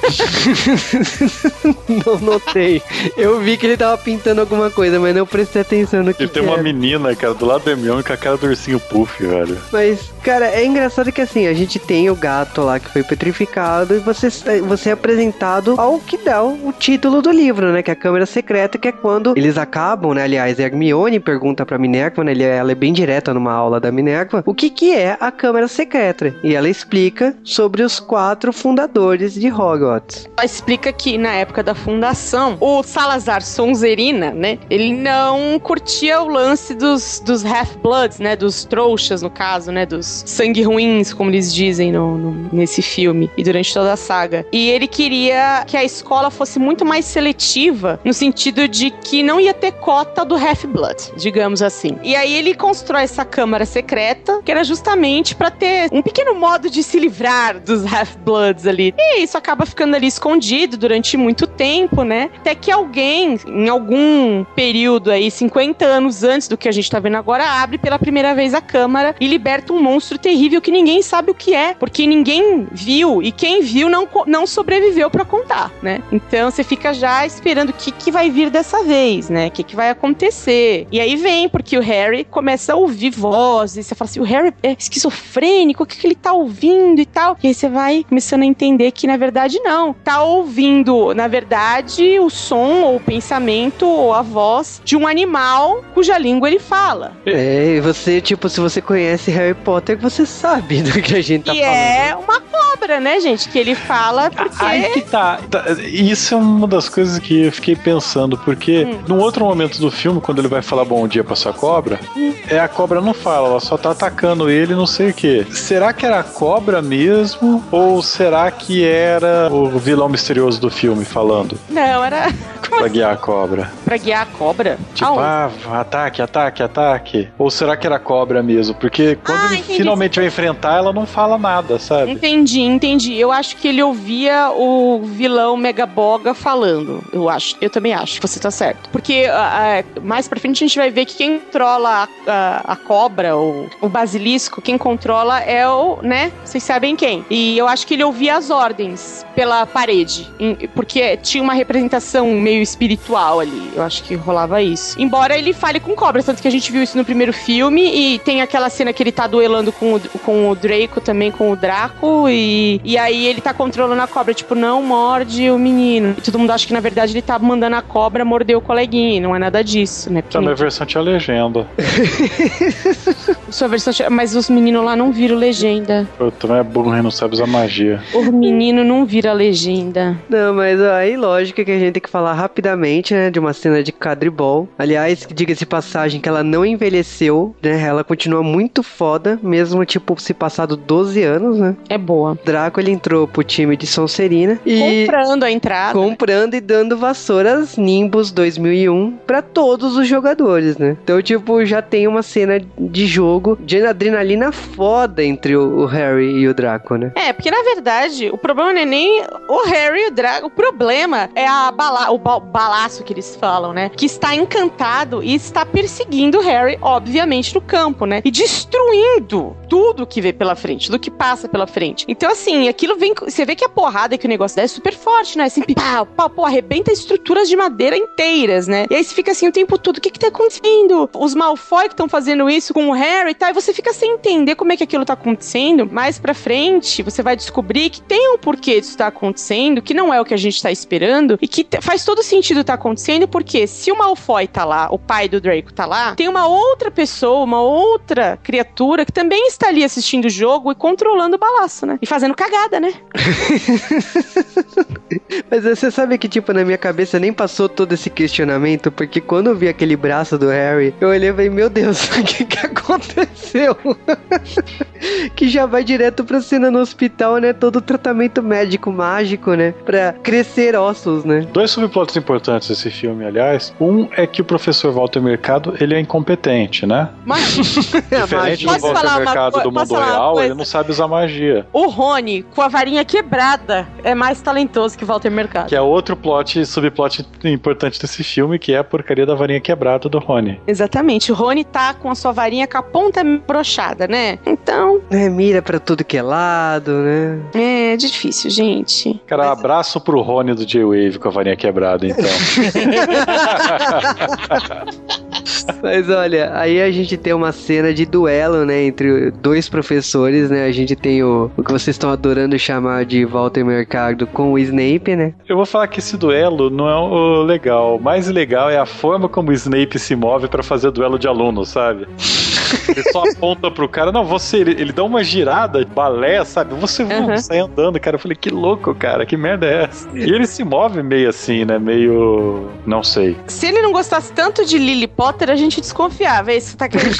Não notei. Eu vi que ele tava pintando alguma coisa, mas não prestei atenção no que Ele tem uma menina, cara, do lado do Hermione com a cara do ursinho Puff, velho. Mas, cara, é engraçado que assim, a gente tem o gato lá que foi petrificado e você é apresentado ao que dá o título do livro, né? Que é a Câmara Secreta, que é quando eles acabam, né? Aliás, a Hermione pergunta pra Minerva, né? Ela é bem direta numa aula da Minerva, o que é a Câmara Secreta. E ela explica sobre os 4 fundadores de Hogwarts. Ela explica que na época da fundação, o Salazar Sonserina, né? Ele não curtia o lance dos Half-Bloods, né? Dos trouxas, no caso, né? Dos sangue ruins, como eles dizem nesse filme e durante toda a saga. E ele queria que a escola fosse muito mais seletiva, no sentido de que não ia ter cota do Half-Blood, digamos assim. E aí ele constrói essa Câmara Secreta, que era justamente pra ter um pequeno modo de se livrar dos Half-Bloods ali. E isso acaba ficando ali escondido durante muito tempo, né? Até que alguém, em algum período aí, 50 anos antes do que a gente tá vendo agora, abre pela primeira vez a Câmara e liberta um monstro terrível que ninguém sabe o que é, porque ninguém viu, e quem viu não sobreviveu pra contar, né? Então você fica já esperando o que vai vir dessa vez, né? O que vai acontecer. E aí vem, porque o Harry começa a ouvir vozes, você fala assim, o Harry é esquizofrênico, o que ele tá ouvindo e tal. E aí você vai começando a entender que, na verdade, não. Tá ouvindo, na verdade, o som, ou o pensamento, ou a voz de um animal cuja língua ele fala. E você, tipo, se você conhece Harry Potter, você sabe do que a gente tá falando. E é uma cobra, né, gente? Que ele fala porque... Aí que tá. Isso é uma das coisas que eu fiquei pensando, porque num outro momento do filme, quando ele vai falar bom dia pra sua cobra, a cobra não fala, ela só tá atacando ele, não sei o que. Será que era a cobra mesmo? Ou será que era o vilão misterioso do filme falando? Não, era... Pra guiar a cobra. Pra guiar a cobra? Tipo, ataque. Ou será que era a cobra mesmo? Porque quando ele finalmente vai enfrentar, ela não fala nada, sabe? Entendi. Eu acho que ele ouvia o vilão Megaboga falando. Eu também acho que você tá certo. Porque mais pra frente a gente vai ver que quem controla a cobra, ou o basilisco, quem controla é o, né? Vocês sabem quem. E eu acho que ele ouvia as ordens pela parede. Porque tinha uma representação meio espiritual ali. Eu acho que rolava isso. Embora ele fale com cobras, tanto que a gente viu isso no primeiro filme, e tem aquela cena que ele tá duelando com o Draco também, com o Draco, e aí ele tá controlando a cobra, tipo, não morde o menino. E todo mundo acha que, na verdade, ele tá mandando a cobra morder o coleguinha, não é nada disso, né? Porque na minha versão tinha legenda. Sua versão... Mas os meninos lá não viram legenda. Eu também é burro e não sabe usar magia. O menino não vira legenda. Não, mas aí lógica que a gente tem que falar rapidamente, né, de uma cena de quadribol. Aliás, diga-se de passagem que ela não envelheceu, né, ela continua muito foda, mesmo, tipo, se passado 12 anos, né. É boa. Draco, ele entrou pro time de Sonserina e... Comprando a entrada. Comprando e dando vassouras Nimbus 2001 pra todos os jogadores, né. Então, tipo, já tem uma cena de jogo de adrenalina foda entre o Harry e o Draco, né. É, porque na verdade, o problema não é nem o Harry e o Draco, o problema é o balaço que eles falam, né? Que está encantado e está perseguindo o Harry, obviamente, no campo, né? E destruindo tudo que vê pela frente, tudo que passa pela frente. Então, assim, aquilo vem... Você vê que a porrada que o negócio dá é super forte, né? Assim, pau, arrebenta estruturas de madeira inteiras, né? E aí você fica assim o tempo todo, o que tá acontecendo? Os Malfoy que estão fazendo isso com o Harry e tal, e você fica sem entender como é que aquilo tá acontecendo. Mais pra frente, você vai descobrir que tem um porquê disso tá acontecendo, que não é o que a gente tá esperando, e que faz todo sentido tá acontecendo, porque se o Malfoy tá lá, o pai do Draco tá lá, tem uma outra pessoa, uma outra criatura que também está ali assistindo o jogo e controlando o balaço, né? E fazendo cagada, né? Mas você sabe que, tipo, na minha cabeça nem passou todo esse questionamento, porque quando eu vi aquele braço do Harry, eu olhei e falei, meu Deus, o que aconteceu? Que já vai direto pra cena no hospital, né? Todo o tratamento médico mágico, né? Pra crescer ossos, né? 2 subplots importantes desse filme, aliás. Um é que o professor Walter Mercado, ele é incompetente, né? Mas... Diferente do Walter Mercado do mundo real, ele não sabe usar magia. O Rony, com a varinha quebrada, é mais talentoso que o Walter Mercado. Que é outro subplot importante desse filme, que é a porcaria da varinha quebrada do Rony. Exatamente. O Rony tá com a sua varinha com a ponta broxada, né? Então... mira pra tudo que é lado, né? É difícil, gente. Cara, abraço pro Rony do J-Wave com a varinha quebrada, então. Mas olha, aí a gente tem uma cena de duelo, né, entre 2 professores, né, a gente tem o que vocês estão adorando chamar de Walter Mercado com o Snape, né. Eu vou falar que esse duelo não é o legal. O mais legal é a forma como o Snape se move pra fazer duelo de alunos, sabe? Ele só aponta pro cara, não, ele dá uma girada, balé, sabe? Você sai andando, cara. Eu falei, que louco, cara, que merda é essa? E ele se move meio assim, né? Meio... não sei. Se ele não gostasse tanto de Lily Potter, a gente desconfiava. É isso que tá querendo...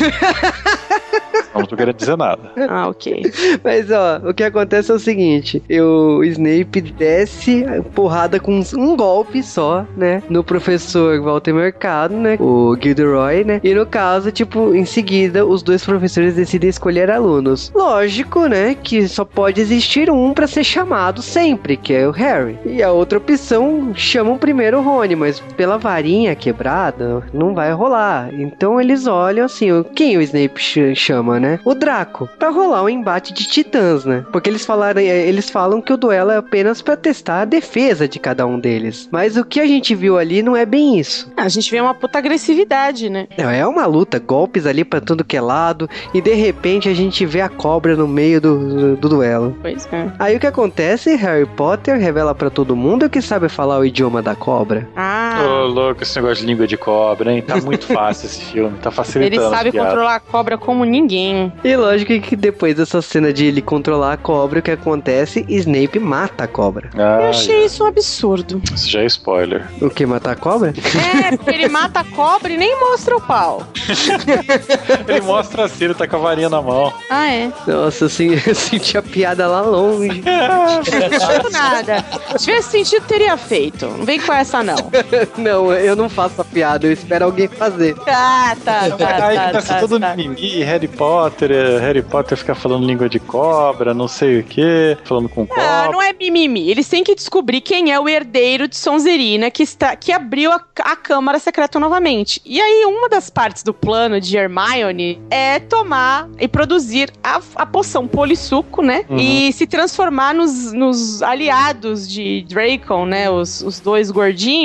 Não tô querendo dizer nada. Ah, ok. Mas, ó, o que acontece é o seguinte, o Snape desce porrada com um golpe só, né, no professor Walter Mercado, né, o Gilderoy, né, e no caso, tipo, em seguida, os 2 professores decidem escolher alunos. Lógico, né, que só pode existir um pra ser chamado sempre, que é o Harry. E a outra opção, chamam primeiro o Rony, mas pela varinha quebrada, não vai rolar. Então eles olham assim, quem o Snape chama, né? O Draco, pra rolar um embate de titãs, né? Porque eles falam que o duelo é apenas pra testar a defesa de cada um deles. Mas o que a gente viu ali não é bem isso. A gente vê uma puta agressividade, né? É uma luta, golpes ali pra tudo que é lado, e de repente a gente vê a cobra no meio do duelo. Pois é. Aí o que acontece? Harry Potter revela pra todo mundo que sabe falar o idioma da cobra. Ô, louco, esse negócio de língua de cobra, hein? Tá muito fácil esse filme, tá facilitando. Ele sabe controlar a cobra como ninguém. E lógico que depois dessa cena de ele controlar a cobra, o que acontece? Snape mata a cobra. Eu achei isso um absurdo. Isso já é spoiler. O que, matar a cobra? É, porque ele mata a cobra e nem mostra o pau. Ele mostra assim, ele tá com a varinha na mão. Ah, é? Nossa, assim, eu senti a piada lá longe. Não nada. Se tivesse sentido, teria feito. Não vem com essa, não. Não, eu não faço a piada, eu espero alguém fazer. Tá. Aí tá todo mimimi, Harry Potter fica falando língua de cobra, não sei o que, falando com cobra. Não é mimimi. Eles têm que descobrir quem é o herdeiro de Sonserina que abriu a Câmara Secreta novamente. E aí, uma das partes do plano de Hermione é tomar e produzir a poção Polissuco, né? Uhum. E se transformar nos aliados de Draco, né? Os 2 gordinhos, para assim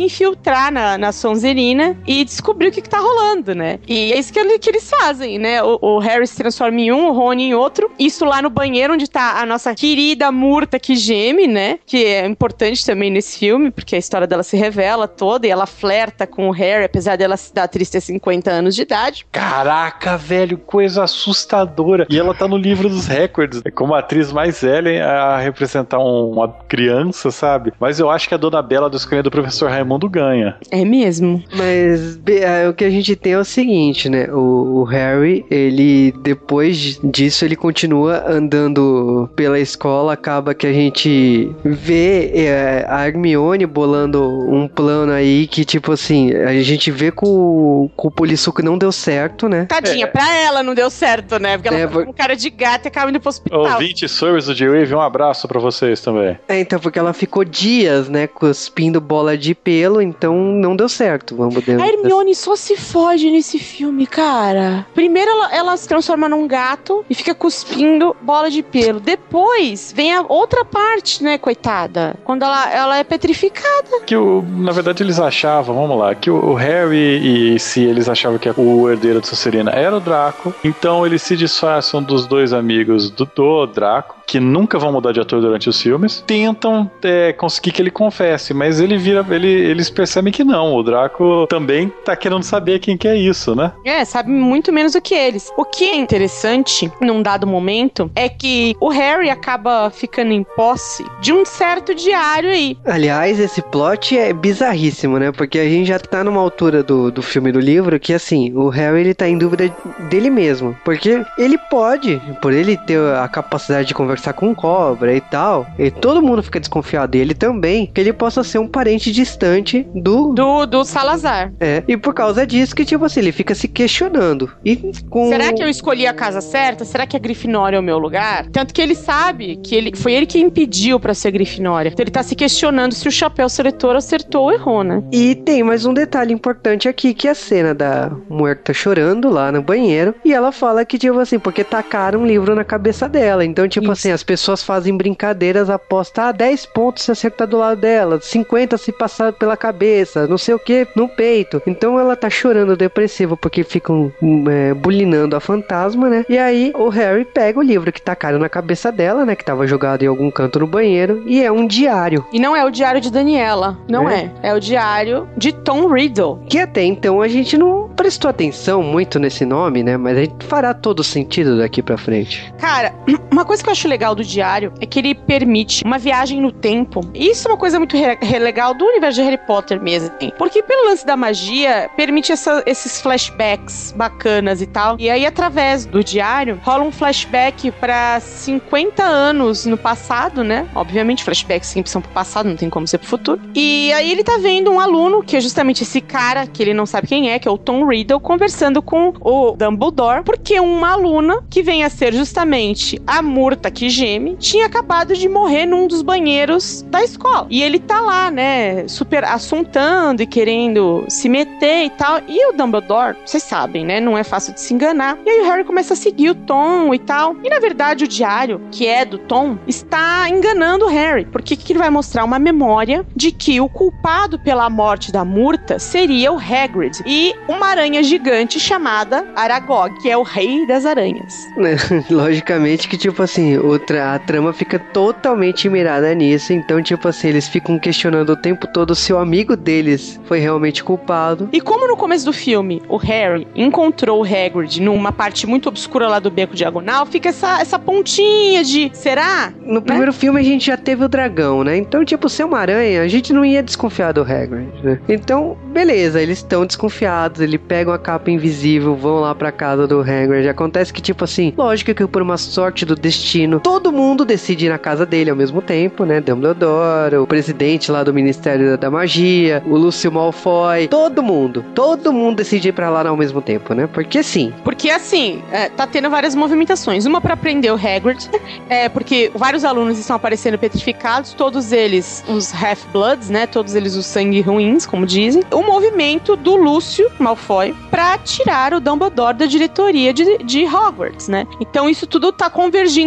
se infiltrar na Sonserina e descobrir o que tá rolando, né? E é isso que eles fazem, né? O Harry se transforma em um, o Rony em outro. Isso lá no banheiro, onde tá a nossa querida Murta que geme, né? Que é importante também nesse filme, porque a história dela se revela toda e ela flerta com o Harry, apesar dela da atriz ter 50 anos de idade. Caraca, velho, coisa assustadora. E ela tá no livro dos recordes. É como a atriz mais velha a representar uma criança, sabe? Mas eu acho que a Dona Bela do Escolha do Professor Raimundo ganha. É mesmo. Mas o que a gente tem é o seguinte, né? O Harry, ele, depois disso, ele continua andando pela escola, acaba que a gente vê a Hermione bolando um plano aí que, tipo assim, a gente vê que o Polissuco não deu certo, né? Tadinha, pra ela não deu certo, né? Porque ela ficou com cara de gato e acaba indo pro hospital. Ouvinte Service do J-Wave, um abraço pra vocês também. Então, porque ela ficou dias, né, cuspindo bola de pelo, então não deu certo, vamos dizer. A Hermione só se foge nesse filme, cara. Primeiro ela se transforma num gato e fica cuspindo bola de pelo. Depois vem a outra parte, né, coitada? Quando ela é petrificada. Que na verdade eles achavam, vamos lá, que o Harry e se eles achavam que o herdeiro de Sonserina era o Draco, então eles se disfarçam dos dois amigos do Draco, que nunca vão mudar de ator durante os filmes, tentam conseguir que ele confesse, mas eles percebem que não, o Draco também tá querendo saber quem que é isso, né? Sabe muito menos do que eles. O que é interessante, num dado momento, é que o Harry acaba ficando em posse de um certo diário aí. Aliás, esse plot é bizarríssimo, né? Porque a gente já tá numa altura do filme do livro que, assim, o Harry, ele tá em dúvida dele mesmo. Porque ele pode, por ele ter a capacidade de conversar com cobra e tal, e todo mundo fica desconfiado dele também, que ele possa ser um parente distante do Salazar. E por causa disso que, tipo assim, ele fica se questionando. Será que eu escolhi a casa certa? Será que a Grifinória é o meu lugar? Tanto que ele sabe que foi ele que impediu pra ser Grifinória. Então ele tá se questionando se o chapéu seletor acertou ou errou, né? E tem mais um detalhe importante aqui, que é a cena da Muerta chorando lá no banheiro, e ela fala que, tipo assim, porque tacaram um livro na cabeça dela. Então, tipo assim, as pessoas fazem brincadeiras, apostam 10 pontos se acertar do lado dela, 50 se passar pela cabeça, não sei o que, no peito. Então ela tá chorando depressiva porque ficam bulinando a fantasma, né? E aí o Harry pega o livro que tacaram na cabeça dela, né? Que tava jogado em algum canto no banheiro, e é um diário. E não é o diário de Daniela, não é. É o diário de Tom Riddle. Que até então a gente não prestou atenção muito nesse nome, né? Mas a gente fará todo sentido daqui pra frente. Cara, uma coisa que eu acho legal do diário é que ele permite uma viagem no tempo. Isso é uma coisa muito legal do universo de Harry Potter mesmo. Porque pelo lance da magia, permite esses flashbacks bacanas e tal. E aí, através do diário, rola um flashback pra 50 anos no passado, né? Obviamente, flashbacks sempre são pro passado, não tem como ser pro futuro. E aí ele tá vendo um aluno, que é justamente esse cara, que ele não sabe quem é, que é o Tom Riddle, conversando com o Dumbledore, porque uma aluna, que vem a ser justamente a Murta que geme, tinha acabado de morrer num dos banheiros da escola. E ele tá lá, né, super assuntando e querendo se meter e tal. E o Dumbledore, vocês sabem, né, não é fácil de se enganar. E aí o Harry começa a seguir o Tom e tal. E na verdade o diário, que é do Tom, está enganando o Harry. Porque que ele vai mostrar? Uma memória de que o culpado pela morte da Murta seria o Hagrid e uma aranha gigante chamada Aragog, que é o rei das aranhas. Logicamente que, tipo assim, a trama fica totalmente mirada nisso. Então, tipo assim, eles ficam questionando o tempo todo se o amigo deles foi realmente culpado. E como no começo do filme o Harry encontrou o Hagrid numa parte muito obscura lá do Beco Diagonal, fica essa pontinha de, será? No primeiro filme a gente já teve o dragão, né? Então, tipo, ser uma aranha, a gente não ia desconfiar do Hagrid, né? Então, beleza, eles estão desconfiados, eles pegam a capa invisível, vão lá pra casa do Hagrid. Acontece que, tipo assim, lógico que por uma sorte do destino, todo mundo decide ir na casa dele ao mesmo tempo, né? Dumbledore, o presidente lá do Ministério da Magia, o Lúcio Malfoy, todo mundo decide ir pra lá ao mesmo tempo, né? Porque sim. Porque assim, tá tendo várias movimentações. Uma pra prender o Hagrid, porque vários alunos estão aparecendo petrificados, todos eles os Half-Bloods, né? Todos eles os sangue ruins, como dizem. O movimento do Lúcio Malfoy pra tirar o Dumbledore da diretoria de Hogwarts, né? Então isso tudo tá convergindo ao mesmo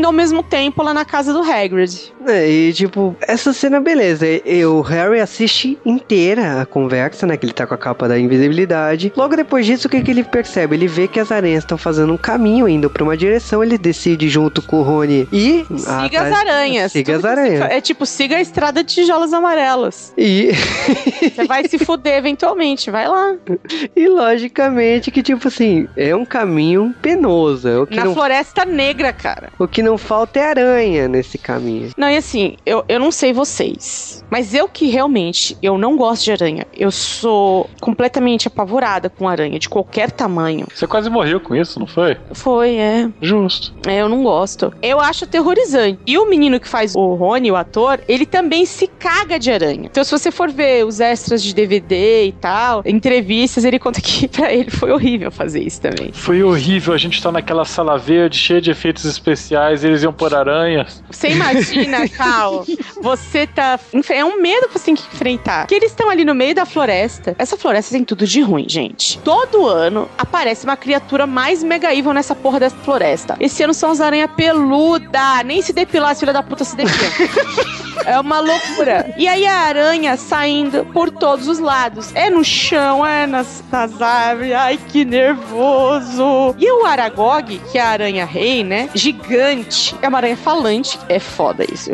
tempo lá na casa do Hagrid. E tipo, essa cena, beleza. O Harry assiste inteira a conversa, né? Que ele tá com a capa da invisibilidade. Logo depois disso, o que ele percebe? Ele vê que as aranhas estão fazendo um caminho, indo pra uma direção. Ele decide, junto com o Rony, ir... Siga as aranhas. Siga as aranhas. É tipo, siga a estrada de tijolos amarelas. E... Você vai se fuder eventualmente, vai lá. E logicamente que, tipo assim, é um caminho penoso. Na Floresta Negra, cara. O que não falta é aranha nesse caminho. Não, e assim, eu não sei vocês, mas eu que realmente, eu não gosto de aranha. Eu sou completamente apavorada com aranha, de qualquer tamanho. Você quase morreu com isso, não foi? Foi, é. Justo. Eu não gosto. Eu acho aterrorizante. E o menino que faz o Rony, o ator, ele também se caga de aranha. Então, se você for ver os extras de DVD e tal, entrevistas, ele conta que pra ele foi horrível fazer isso também. Foi horrível. A gente tá naquela sala verde, cheia de efeitos especiais, eles iam pôr aranhas. Você imagina, Cal, você tá... É um medo que você tem que enfrentar. Que eles estão ali no meio da floresta. Essa floresta tem tudo de ruim, gente. Todo ano aparece uma criatura mais mega evil nessa porra dessa floresta. Esse ano são as aranhas peludas. Nem se depilar, as filha da puta se depila. É uma loucura. E aí a aranha saindo por todos os lados. É no chão, é nas árvores. Ai, que nervoso. E o Aragog, que é a aranha rei, né? Gigante. É uma aranha falante. É foda isso.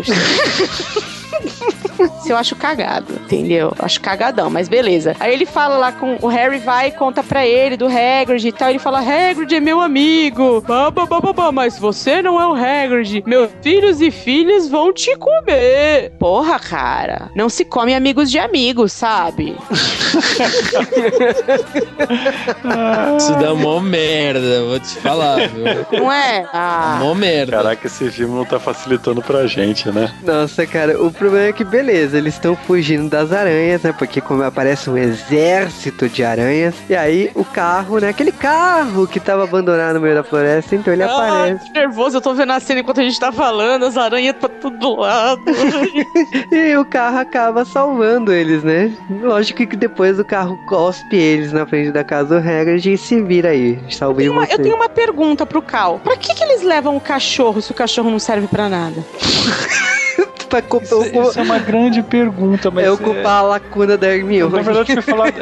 Eu acho cagado, entendeu? Eu acho cagadão, mas beleza. Aí ele fala lá com... O Harry vai e conta pra ele do Hagrid e tal. Ele fala, Hagrid é meu amigo. Mas você não é o Hagrid. Meus filhos e filhas vão te comer. Porra, cara. Não se come amigos de amigos, sabe? Isso dá mó merda, vou te falar, viu? Não é? Mó merda. Caraca, esse filme não tá facilitando pra gente, né? Nossa, cara, o problema é que, beleza, eles estão fugindo das aranhas, né? Porque como aparece um exército de aranhas. E aí, o carro, né? Aquele carro que tava abandonado no meio da floresta, então ele aparece. Que nervoso, eu tô vendo a cena enquanto a gente tá falando, as aranhas pra todo lado. E o carro acaba salvando eles, né? Lógico que depois o carro cospe eles na frente da casa do Hagrid e se vira aí. Salvei você. Eu tenho uma pergunta pro Cal. Pra que eles levam o cachorro se o cachorro não serve pra nada? Isso é uma grande pergunta, mas ocupar a lacuna da Hermione. Na verdade, foi falar...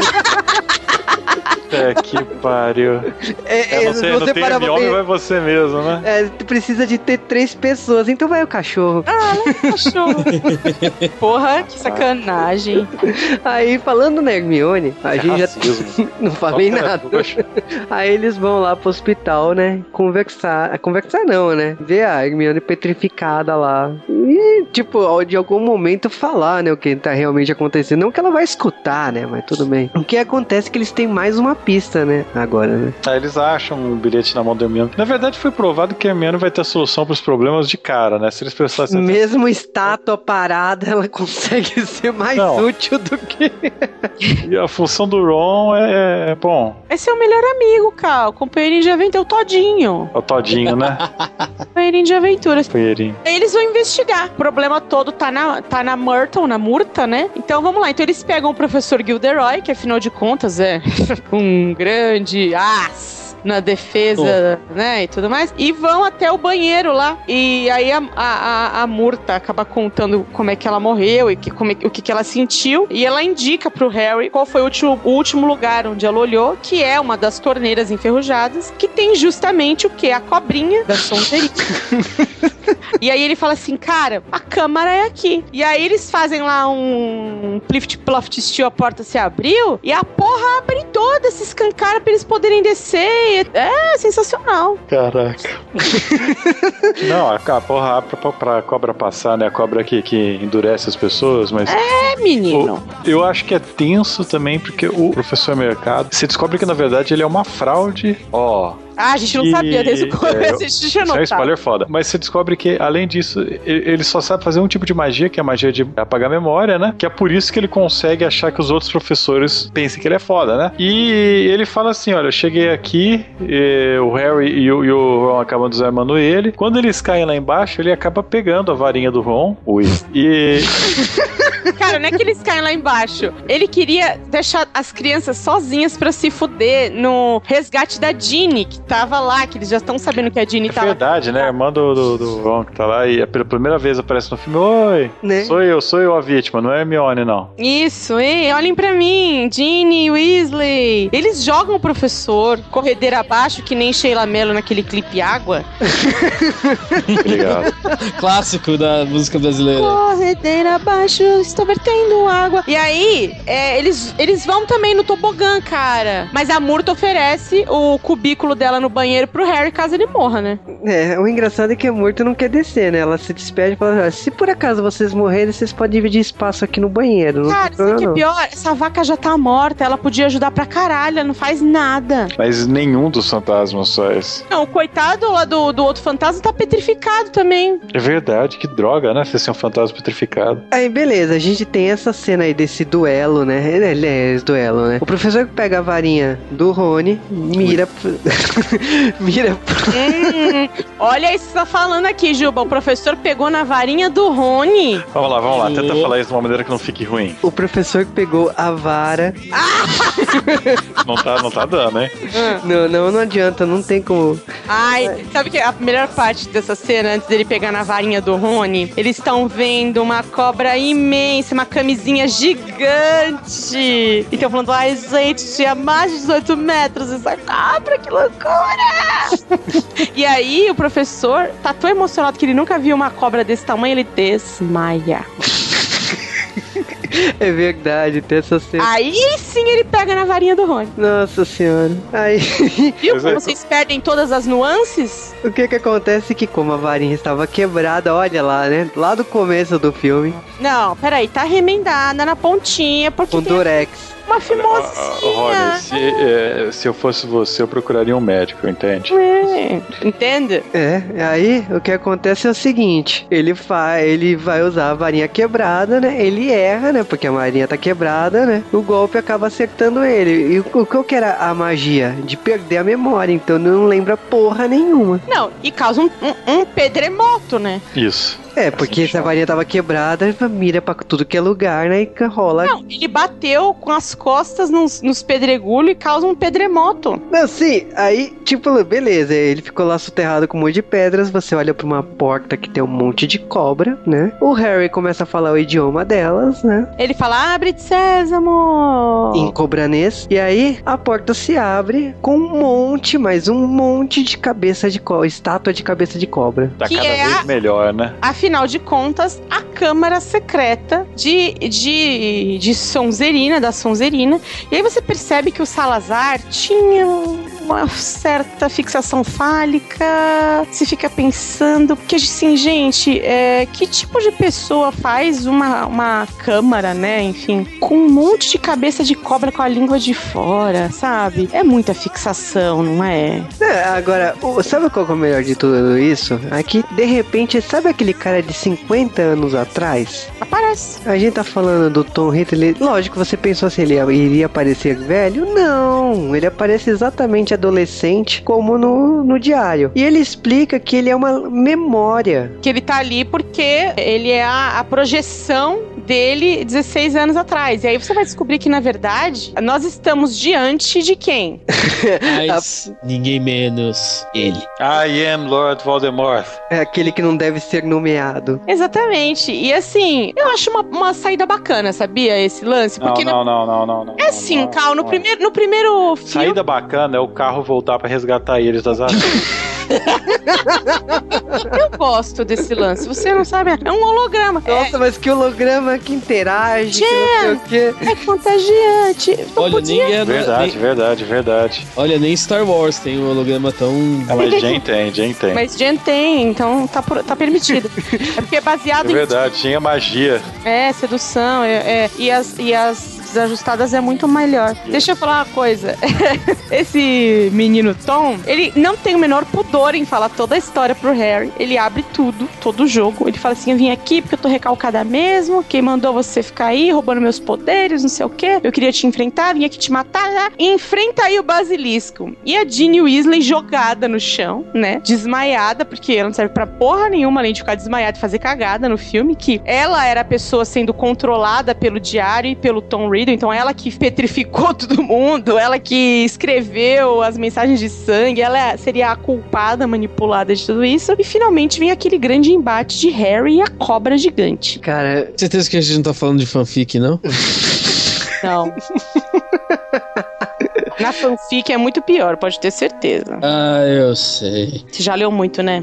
que pariu. Não tem Hermione, vai você mesmo, né? Tu precisa de ter 3 pessoas, então vai o cachorro. Leva o cachorro. Porra, que sacanagem. Aí, falando na Hermione, a gente já... Não falei nada. Aí eles vão lá pro hospital, né? Conversar não, né? Ver a Hermione petrificada lá. E, tipo, de algum momento falar, né? O que tá realmente acontecendo. Não que ela vai escutar, né? Mas tudo bem. O que acontece é que eles têm mais uma pista, né? Agora, né? Eles acham um bilhete na mão da Hermione. Na verdade, foi provado que a Hermione vai ter a solução pros problemas de cara, né? Se eles prestassem atenção. Mesmo estátua parada, ela consegue ser mais útil do que... E a função do Ron bom... É seu melhor amigo, Cal. Companheirinho de aventura, o Todinho. O Todinho, né? Companheirinho de aventuras. Companheirinho. Aí eles vão investigar. O problema todo tá na Myrtle, na Murta, né? Então vamos lá. Então eles pegam o professor Gilderoy, que afinal de contas é um grande as na defesa, né, e tudo mais, e vão até o banheiro lá, e aí a Murta acaba contando como é que ela morreu e o que ela sentiu, e ela indica pro Harry qual foi o último lugar onde ela olhou, que é uma das torneiras enferrujadas, que tem justamente o que? A cobrinha da Sonserina. E aí ele fala assim, cara, a câmara é aqui. E aí eles fazem lá um plift-ploft, a porta se abriu, e a porra abre toda, se escancara pra eles poderem descer. É sensacional. Caraca. Não, a porra abre pra cobra passar, né? A cobra que endurece as pessoas, mas... menino. Eu acho que é tenso também, porque o professor Mercado, você descobre que, na verdade, ele é uma fraude, a gente não sabia desde o começo, a gente já notava. Isso é um spoiler foda. Mas você descobre que, além disso, ele só sabe fazer um tipo de magia, que é a magia de apagar a memória, né? Que é por isso que ele consegue achar que os outros professores pensem que ele é foda, né? E ele fala assim, olha, eu cheguei aqui, o Harry e o Ron acabam desarmando ele. Quando eles caem lá embaixo, ele acaba pegando a varinha do Ron. Cara, não é que eles caem lá embaixo. Ele queria deixar as crianças sozinhas pra se fuder no resgate da Ginny, que tava lá, que eles já estão sabendo que a Ginny tava... Verdade, né? A irmã do Ron que tá lá e pela primeira vez aparece no filme. Oi, né? sou eu a vítima, não é a Hermione, não. Isso, ei, olhem pra mim, Ginny, Weasley. Eles jogam o professor corredeira abaixo, que nem Sheila Mello naquele clipe Água. Obrigado. Clássico da música brasileira. Corredeira abaixo, estou vertendo água. E aí, eles vão também no tobogã, cara. Mas a Murta oferece o cubículo dela no banheiro pro Harry caso ele morra, né? O engraçado é que a Murta não quer descer, né? Ela se despede e fala, se por acaso vocês morrerem, vocês podem dividir espaço aqui no banheiro. Não cara, sabe o que é pior? Essa vaca já tá morta, ela podia ajudar pra caralho, ela não faz nada. Mas nenhum dos fantasmas faz. Não, o coitado lá do outro fantasma tá petrificado também. É verdade, que droga, né? Você ser um fantasma petrificado. Aí, beleza, a gente tem essa cena aí desse duelo, né? Esse duelo, né? O professor que pega a varinha do Rony, mira olha isso que você tá falando aqui, Juba. O professor pegou na varinha do Rony. Vamos lá. Tenta falar isso de uma maneira que não fique ruim. O professor que pegou a vara... Não tá dando, hein? Não adianta, não tem como... Ai, sabe que a melhor parte dessa cena, antes dele pegar na varinha do Rony, eles estão vendo uma cobra imensa, uma camisinha gigante. E estão falando, ai, gente, tinha mais de 18 metros essa cobra, que loucura! E aí, o professor tá tão emocionado que ele nunca viu uma cobra desse tamanho, ele desmaia. É verdade, tem essa cena. Aí sim ele pega na varinha do Rony. Nossa senhora. Aí... Viu como vocês perdem todas as nuances? O que acontece é que como a varinha estava quebrada, olha lá, né? Lá do começo do filme. Não, peraí, tá remendada na pontinha, porque com durex. Uma fimosinha. Rony, se eu fosse você, eu procuraria um médico, entende? Entende? Aí o que acontece é o seguinte, ele vai usar a varinha quebrada, né? Ele erra, né? Porque a varinha tá quebrada, né? O golpe acaba acertando ele. E o que era a magia? De perder a memória, então não lembra porra nenhuma. Não, e causa um pedremoto, né? Isso. Porque se a varinha tava quebrada, mira pra tudo que é lugar, né? E rola. Não, ele bateu com as costas nos pedregulhos e causa um pedremoto. Não, sim, aí, tipo, beleza, ele ficou lá soterrado com um monte de pedras, você olha pra uma porta que tem um monte de cobra, né? O Harry começa a falar o idioma delas, né? Ele fala, abre de sésamo! Em cobranês. E aí, a porta se abre com mais um monte de cabeça de cobra, estátua de cabeça de cobra. Tá cada vez melhor, né? Afinal de contas, a câmara secreta de Sonserina, da Sonserina. E aí você percebe que o Salazar tinha uma certa fixação fálica. Você fica pensando, porque assim, gente, que tipo de pessoa faz uma câmara, né, enfim, com um monte de cabeça de cobra com a língua de fora, sabe? É muita fixação, não é? Agora, sabe qual é o melhor de tudo isso? Aqui, de repente, sabe aquele cara de 50 anos atrás? Aparece. A gente tá falando do Tom Riddle, lógico, você pensou se ele iria aparecer velho? Não, ele aparece exatamente adolescente, como no diário. E ele explica que ele é uma memória. Que ele tá ali porque ele é a projeção dele 16 anos atrás. E aí você vai descobrir que, na verdade, nós estamos diante de quem? Mas ninguém menos ele. I am Lord Voldemort. É aquele que não deve ser nomeado. Exatamente. E assim, eu acho uma saída bacana, sabia? Esse lance. Porque não. É assim, Cal, no primeiro filme... Saída bacana é o carro voltar pra resgatar eles das aranhas. Eu gosto desse lance. Você não sabe? É um holograma. Nossa, mas que holograma que interage, que não sei o quê. É contagiante. Olha, nem é... Verdade. Olha, nem Star Wars tem um holograma tão... Mas Jen tem. Mas Jen tem, então tá permitido. É porque é baseado em... verdade, tinha magia. Sedução, e as desajustadas é muito melhor. Deixa eu falar uma coisa. Esse menino Tom, ele não tem o menor pudor em falar toda a história pro Harry. Ele abre tudo, todo o jogo. Ele fala assim, eu vim aqui porque eu tô recalcada mesmo. Quem mandou você ficar aí roubando meus poderes, não sei o quê. Eu queria te enfrentar, vim aqui te matar. Né? Enfrenta aí o basilisco. E a Ginny Weasley jogada no chão, né? Desmaiada, porque ela não serve pra porra nenhuma, além de ficar desmaiada e fazer cagada no filme, que ela era a pessoa sendo controlada pelo diário e pelo Tom Riddle, então ela que petrificou todo mundo, ela que escreveu as mensagens de sangue, ela seria a culpada, manipulada de tudo isso. E finalmente vem aquele grande embate de Harry e a cobra gigante. Cara, Certeza que a gente não tá falando de fanfic, não? Não. Na fanfic é muito pior, pode ter certeza. Ah, eu sei. Você já leu muito, né?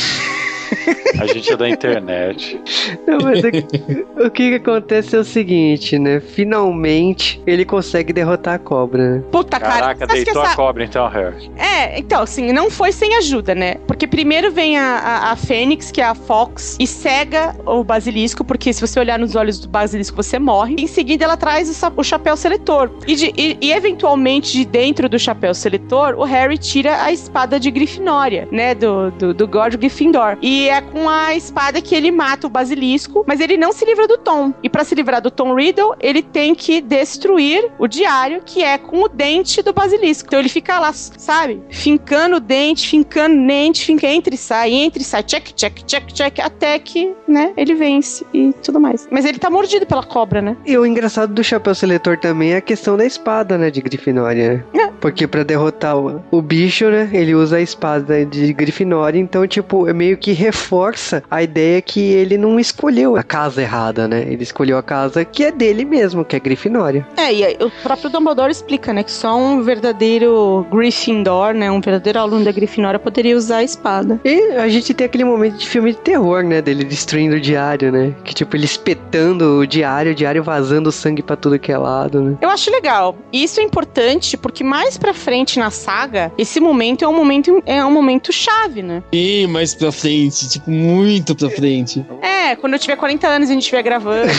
A gente é da internet. não, mas o que acontece é o seguinte, né? Finalmente ele consegue derrotar a cobra, né? Puta, cara. Caraca, deitou a cobra então, Harry. Então, assim, não foi sem ajuda, né? Porque primeiro vem a Fênix, que é a Fox, e cega o basilisco, porque se você olhar nos olhos do basilisco, você morre. Em seguida, ela traz o chapéu seletor. E eventualmente, de dentro do chapéu seletor, o Harry tira a espada de Grifinória, né? Do Godric Gryffindor. E é com a espada que ele mata o basilisco, mas ele não se livra do Tom. E pra se livrar do Tom Riddle, ele tem que destruir o diário, que é com o dente do basilisco. Então ele fica lá, sabe? Fincando o dente, entra e sai, check, até que, né, ele vence e tudo mais. Mas ele tá mordido pela cobra, né? E o engraçado do chapéu seletor também é a questão da espada, né, de Grifinória, né? Porque pra derrotar o bicho, né, ele usa a espada de Grifinória, então, tipo, é meio que reforça a ideia que ele não escolheu a casa errada, né? Ele escolheu a casa que é dele mesmo, que é Grifinória. E aí, o próprio Dumbledore explica, né, que só um verdadeiro Gryffindor, né, um verdadeiro aluno da Grifinória poderia usar a espada. E a gente tem aquele momento de filme de terror, né, dele destruindo o diário, né? Que, tipo, ele espetando o diário vazando sangue pra tudo que é lado, né? Eu acho legal. E isso é importante porque mais pra frente na saga, esse momento é um momento chave, né? Sim, mais pra frente, tipo, muito pra frente. Quando eu tiver 40 anos e a gente estiver gravando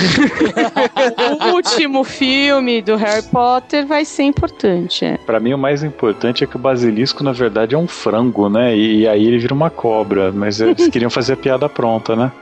o último filme do Harry Potter vai ser importante. Pra mim, o mais importante é que o basilisco, na verdade, é um frango, né? E aí ele vira uma cobra. Mas eles queriam fazer a piada pronta, né?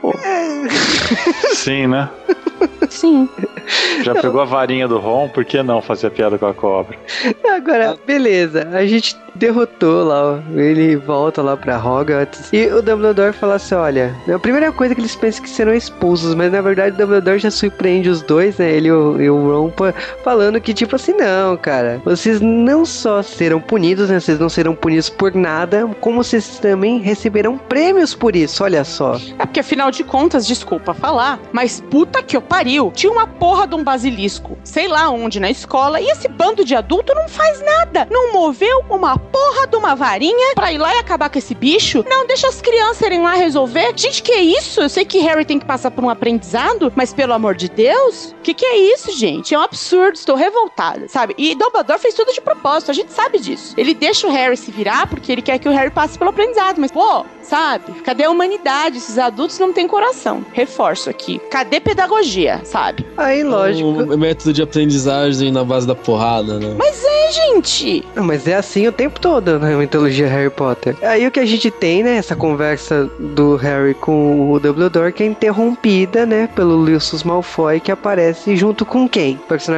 Sim, né? Sim. Já pegou a varinha do Ron, por que não fazer a piada com a cobra? Agora, beleza, a gente derrotou lá, ó, ele volta lá pra Hogwarts e o Dumbledore fala assim, olha, a primeira coisa que eles pensam que serão expulsos, mas na verdade o Dumbledore já surpreende os dois, né, ele e o Ron falando que tipo assim, não, cara, vocês não só serão punidos, né, vocês não serão punidos por nada, como vocês também receberão prêmios por isso, olha só. Porque afinal de contas, desculpa falar, mas puta que eu pariu, tinha uma porra de um basilisco, sei lá onde, na escola, e esse bando de adulto não faz nada, não moveu uma porra de uma varinha pra ir lá e acabar com esse bicho? Não, deixa as crianças irem lá resolver. Gente, que é isso? Eu sei que Harry tem que passar por um aprendizado, mas pelo amor de Deus, que é isso, gente? É um absurdo, estou revoltada, sabe? E Dumbledore fez tudo de propósito, a gente sabe disso. Ele deixa o Harry se virar porque ele quer que o Harry passe pelo aprendizado, mas, pô, sabe? Cadê a humanidade? Esses adultos não têm coração. Reforço aqui. Cadê pedagogia, sabe? Aí, lógico. O método de aprendizagem na base da porrada, né? Mas gente! Não, mas é assim o tempo todo na mitologia Harry Potter. Aí o que a gente tem, né, essa conversa do Harry com o Dumbledore que é interrompida, né, pelo Lucius Malfoy, que aparece junto com quem?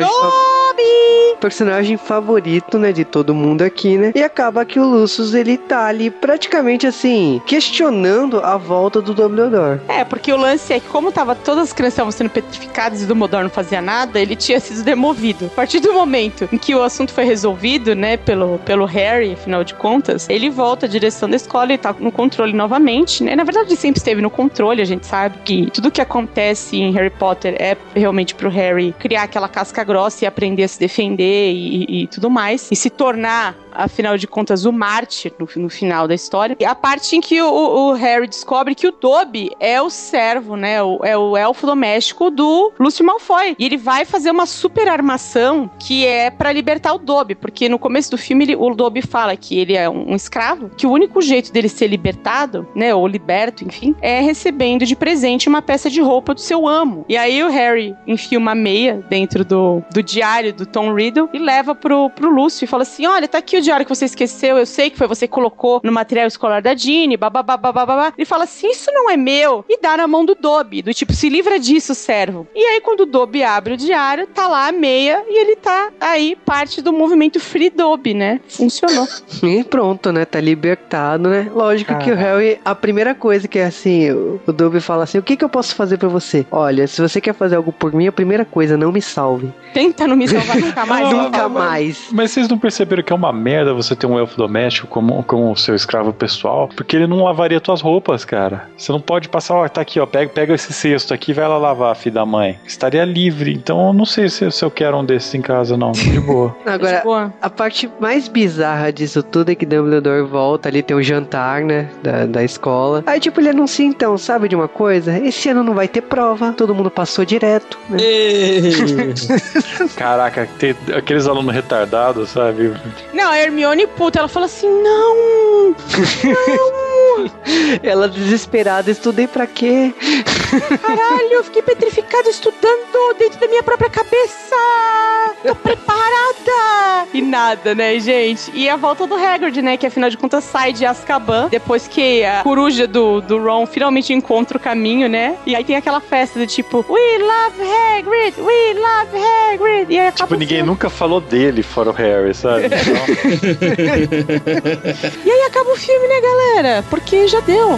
Personagem favorito, né, de todo mundo aqui, né? E acaba que o Lucius, ele tá ali praticamente assim, questionando a volta do Dumbledore. Porque o lance é que como todas as crianças estavam sendo petrificadas e o Dumbledore não fazia nada, ele tinha sido demovido. A partir do momento em que o assunto foi resolvido, né, pelo Harry, afinal de contas, ele volta à direção da escola e tá no controle novamente, né? Na verdade, ele sempre esteve no controle, a gente sabe que tudo que acontece em Harry Potter é realmente pro Harry criar aquela casca grossa e aprender a se defender e tudo mais, e se tornar, afinal de contas, o mártir no final da história. E a parte em que o Harry descobre que o Dobby é o servo, né? É o elfo doméstico do Lúcio Malfoy. E ele vai fazer uma super armação que é pra libertar o Dobby, porque no começo do filme o Dobby fala que ele é um escravo, que o único jeito dele ser libertado, né? Ou liberto, enfim, é recebendo de presente uma peça de roupa do seu amo. E aí o Harry enfia uma meia dentro do diário do Tom Riddle e leva pro Lúcio e fala assim, olha, tá aqui livro de diário que você esqueceu, eu sei que foi você que colocou no material escolar da Ginny, babá. Ele fala assim, isso não é meu, e dá na mão do Dobby, do tipo, se livra disso, servo. E aí, quando o Dobby abre o diário, tá lá a meia, e ele tá aí, parte do movimento Free Dobby, né? Funcionou. E pronto, né? Tá libertado, né? Lógico que o Harry, a primeira coisa que é assim, o Dobby fala assim, o que eu posso fazer pra você? Olha, se você quer fazer algo por mim, a primeira coisa, não me salve. Tenta não me salvar nunca mais. Nunca mais. Mas vocês não perceberam que é uma merda você ter um elfo doméstico como o seu escravo pessoal? Porque ele não lavaria tuas roupas, cara. Você não pode passar, ó, tá aqui, ó, pega esse cesto aqui e vai lá lavar, filho da mãe. Estaria livre. Então eu não sei se eu quero um desses em casa, não. De boa. Agora, a parte mais bizarra disso tudo é que Dumbledore volta ali, tem um jantar, né, da escola. Aí, tipo, ele anuncia então, sabe de uma coisa? Esse ano não vai ter prova, todo mundo passou direto, né? Caraca, tem aqueles alunos retardados, sabe? Não, a Hermione puta, ela fala assim, não. Ela desesperada, estudei pra quê? Caralho, eu fiquei petrificada estudando dentro da minha própria cabeça. Tô preparada. E nada, né, gente? E a volta do Hagrid, né, que afinal de contas sai de Azkaban, depois que a coruja do Ron finalmente encontra o caminho, né? E aí tem aquela festa do tipo, we love Hagrid, we love Hagrid. E aí acaba tipo, ninguém nunca falou dele fora o Harry, sabe? E aí acaba o filme, né, galera? Porque já deu.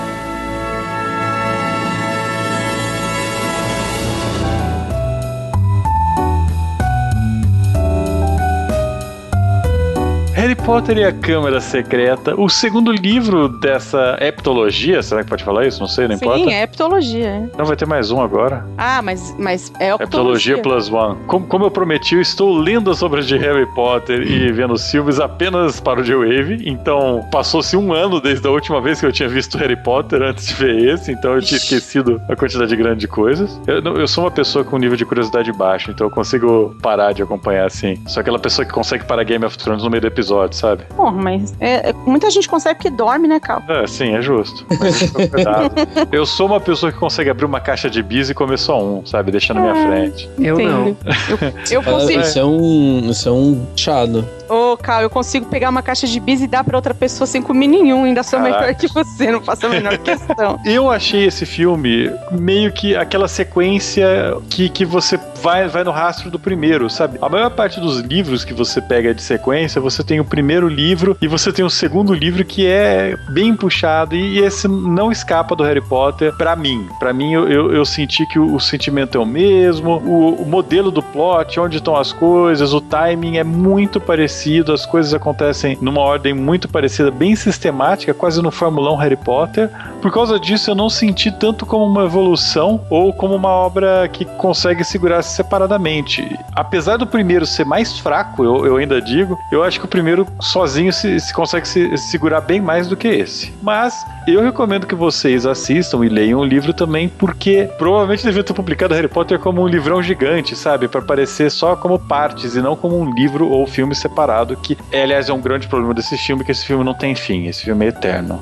Harry Potter e a Câmara Secreta, o segundo livro dessa heptologia, será que pode falar isso? Não sei, não importa. Sim, é heptologia. Não, vai ter mais um agora. Ah, mas é Heptologia plus one. Como eu prometi, eu estou lendo as obras de Harry Potter e vendo os filmes apenas para o J-Wave, então passou-se um ano desde a última vez que eu tinha visto Harry Potter antes de ver esse, então eu tinha esquecido a quantidade grande de coisas. Eu sou uma pessoa com um nível de curiosidade baixo, então eu consigo parar de acompanhar assim. Sou aquela pessoa que consegue parar Game of Thrones no meio do episódio, sabe? Porra, mas muita gente consegue porque dorme, né, Cal? Sim, é justo. Eu sou uma pessoa que consegue abrir uma caixa de bis e comer só um, sabe? Deixar na minha frente. Eu não. Eu consigo. Isso é um chado. Ô, Cal, eu consigo pegar uma caixa de bis e dar pra outra pessoa sem comer nenhum. Ainda sou melhor que você, não faço a menor questão. Eu achei esse filme meio que aquela sequência que você vai no rastro do primeiro, sabe? A maior parte dos livros que você pega de sequência, você tem o primeiro livro e você tem o segundo livro que é bem puxado e esse não escapa do Harry Potter pra mim. Pra mim, eu senti que o sentimento é o mesmo, o modelo do plot, onde estão as coisas, o timing é muito parecido, as coisas acontecem numa ordem muito parecida, bem sistemática, quase no formulão Harry Potter. Por causa disso, eu não senti tanto como uma evolução ou como uma obra que consegue segurar-se separadamente. Apesar do primeiro ser mais fraco, eu ainda digo, eu acho que o primeiro sozinho se consegue se segurar bem mais do que esse. Mas eu recomendo que vocês assistam e leiam o livro também, porque provavelmente deviam ter publicado Harry Potter como um livrão gigante, sabe? Para aparecer só como partes e não como um livro ou filme separado, que, aliás, é um grande problema desse filme, que esse filme não tem fim, esse filme é eterno.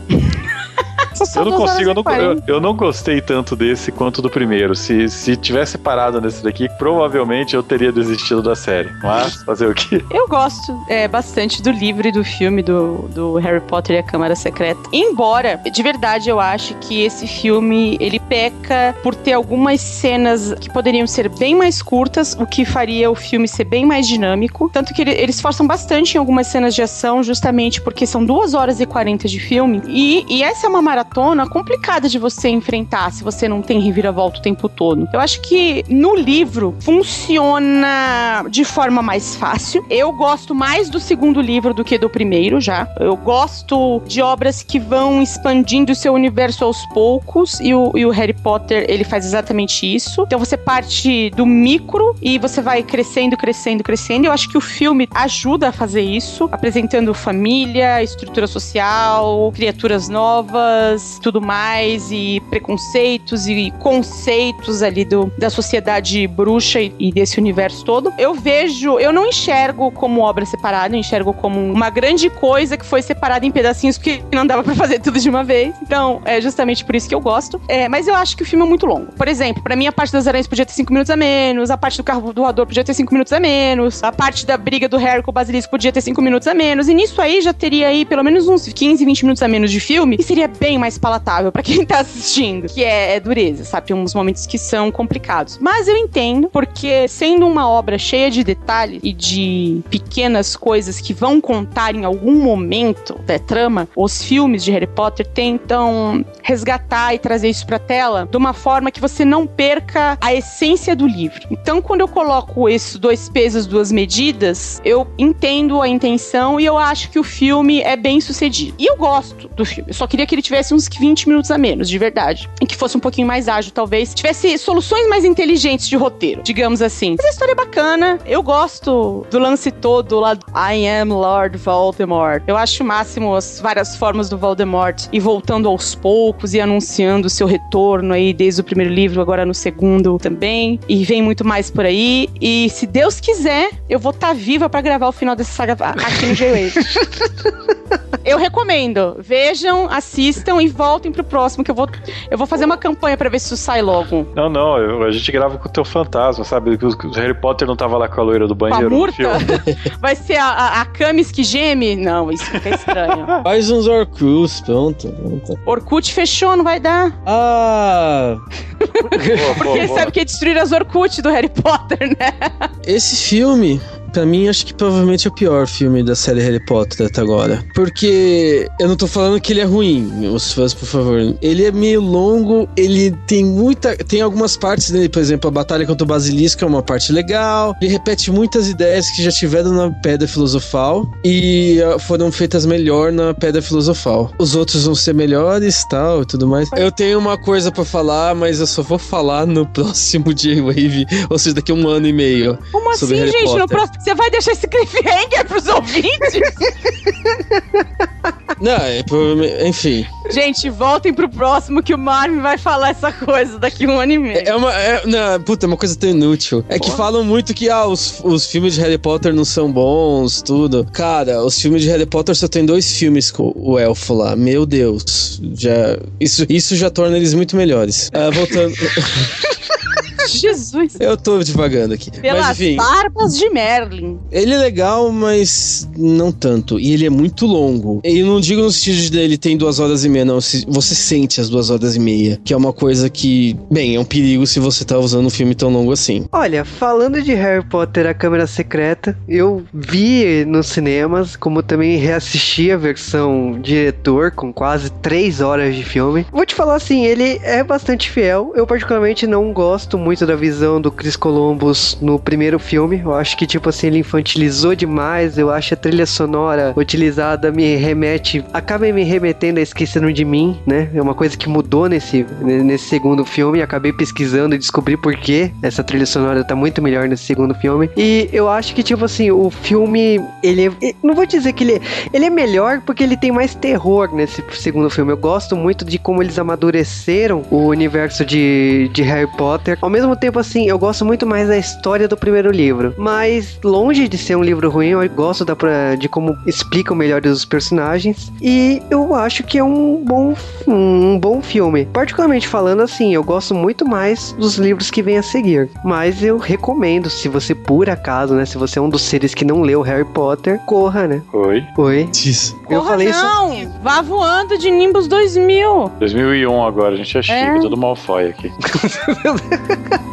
Eu não gostei tanto desse quanto do primeiro. Se tivesse parado nesse daqui, provavelmente eu teria desistido da série. Mas, fazer o quê? Eu gosto bastante do livro e do filme do Harry Potter e a Câmara Secreta. Embora, de verdade, eu acho que esse filme, ele peca por ter algumas cenas que poderiam ser bem mais curtas, o que faria o filme ser bem mais dinâmico. Tanto que eles forçam bastante em algumas cenas de ação, justamente porque são 2 horas e 40 de filme. E essa é uma maratona complicada de você enfrentar se você não tem reviravolta o tempo todo. Eu acho que no livro funciona de forma mais fácil. Eu gosto mais do segundo livro do que do primeiro já. Eu gosto de obras que vão expandindo o seu universo aos poucos e o Harry Potter, ele faz exatamente isso. Então você parte do micro e você vai crescendo. Eu acho que o filme ajuda a fazer isso, apresentando família, estrutura social, criaturas novas, raças, tudo mais, e preconceitos e conceitos ali da sociedade bruxa e desse universo todo. Eu não enxergo como obra separada, eu enxergo como uma grande coisa que foi separada em pedacinhos porque não dava pra fazer tudo de uma vez. Então, é justamente por isso que eu gosto. Mas eu acho que o filme é muito longo. Por exemplo, pra mim a parte das aranhas podia ter 5 minutos a menos, a parte do carro voador podia ter 5 minutos a menos, a parte da briga do Harry com o Basilisco podia ter 5 minutos a menos, e nisso aí já teria aí pelo menos uns 15, 20 minutos a menos de filme, e seria bem mais palatável pra quem tá assistindo, que é dureza, sabe? Tem uns momentos que são complicados. Mas eu entendo, porque sendo uma obra cheia de detalhes e de pequenas coisas que vão contar em algum momento da trama, os filmes de Harry Potter tentam resgatar e trazer isso pra tela de uma forma que você não perca a essência do livro. Então, quando eu coloco esses 2 pesos, 2 medidas, eu entendo a intenção e eu acho que o filme é bem sucedido. E eu gosto do filme. Eu só queria que ele tivesse uns 20 minutos a menos, de verdade. E que fosse um pouquinho mais ágil, talvez. Tivesse soluções mais inteligentes de roteiro, digamos assim. Mas a história é bacana. Eu gosto do lance todo lá do I am Lord Voldemort. Eu acho o máximo as várias formas do Voldemort e voltando aos poucos e anunciando o seu retorno aí desde o primeiro livro, agora no segundo também. E vem muito mais por aí. E se Deus quiser, eu vou estar viva pra gravar o final dessa saga aqui no J-Wave. Eu recomendo. Vejam, assistam e voltem pro próximo, que eu vou fazer uma campanha pra ver se isso sai logo. Não, a gente grava com o teu fantasma, sabe? Que o Harry Potter não tava lá com a loira do banheiro. Com a murta? Vai ser a Camis que geme? Não, isso fica estranho. Faz uns Orcus, pronto. Orkut fechou, não vai dar. Porque ele sabe que é destruir as Orkut do Harry Potter, né? Esse filme, pra mim, acho que provavelmente é o pior filme da série Harry Potter até agora. Porque eu não tô falando que ele é ruim, os fãs, por favor. Ele é meio longo, ele tem algumas partes dele, por exemplo, a batalha contra o Basilisco é uma parte legal. Ele repete muitas ideias que já tiveram na Pedra Filosofal e foram feitas melhor na Pedra Filosofal. Os outros vão ser melhores, tal, e tudo mais. Eu tenho uma coisa pra falar, mas eu só vou falar no próximo J-Wave, ou seja, daqui a 1 ano e meio. Como assim, gente? No próximo... Você vai deixar esse cliffhanger pros ouvintes? Não, enfim. Gente, voltem pro próximo que o Marvin vai falar essa coisa daqui a 1 ano e meio. É uma coisa tão inútil. É que falam muito que os filmes de Harry Potter não são bons, tudo. Cara, os filmes de Harry Potter só tem 2 filmes com o elfo lá. Meu Deus. Isso já torna eles muito melhores. Voltando... Jesus. Eu tô devagando aqui. Pelas mas, enfim, barbas de Merlin. Ele é legal, mas não tanto. E ele é muito longo. E eu não digo no sentido de ele tem 2 horas e meia, não. Você sente as 2 horas e meia. Que é uma coisa que, bem, é um perigo se você tá usando um filme tão longo assim. Olha, falando de Harry Potter, a Câmara Secreta, eu vi nos cinemas, como também reassisti a versão diretor, com quase 3 horas de filme. Vou te falar assim, ele é bastante fiel. Eu particularmente não gosto muito da visão do Chris Columbus no primeiro filme. Eu acho que, tipo assim, ele infantilizou demais. Eu acho a trilha sonora utilizada acaba me remetendo a Esqueceram de Mim, né? É uma coisa que mudou nesse segundo filme. Acabei pesquisando e descobri por que essa trilha sonora tá muito melhor nesse segundo filme. E eu acho que, tipo assim, o filme, não vou dizer que ele é melhor porque ele tem mais terror nesse segundo filme. Eu gosto muito de como eles amadureceram o universo de Harry Potter. Ao mesmo tempo, assim, eu gosto muito mais da história do primeiro livro. Mas, longe de ser um livro ruim, eu gosto de como explicam melhor os personagens. E eu acho que é um bom filme. Particularmente falando, assim, eu gosto muito mais dos livros que vêm a seguir. Mas eu recomendo, se você, por acaso, né, se você é um dos seres que não leu Harry Potter, corra, né? Oi. Isso. Eu falei não, isso. Vá voando de Nimbus 2000. 2001 agora, a gente é chique, todo Malfoy aqui.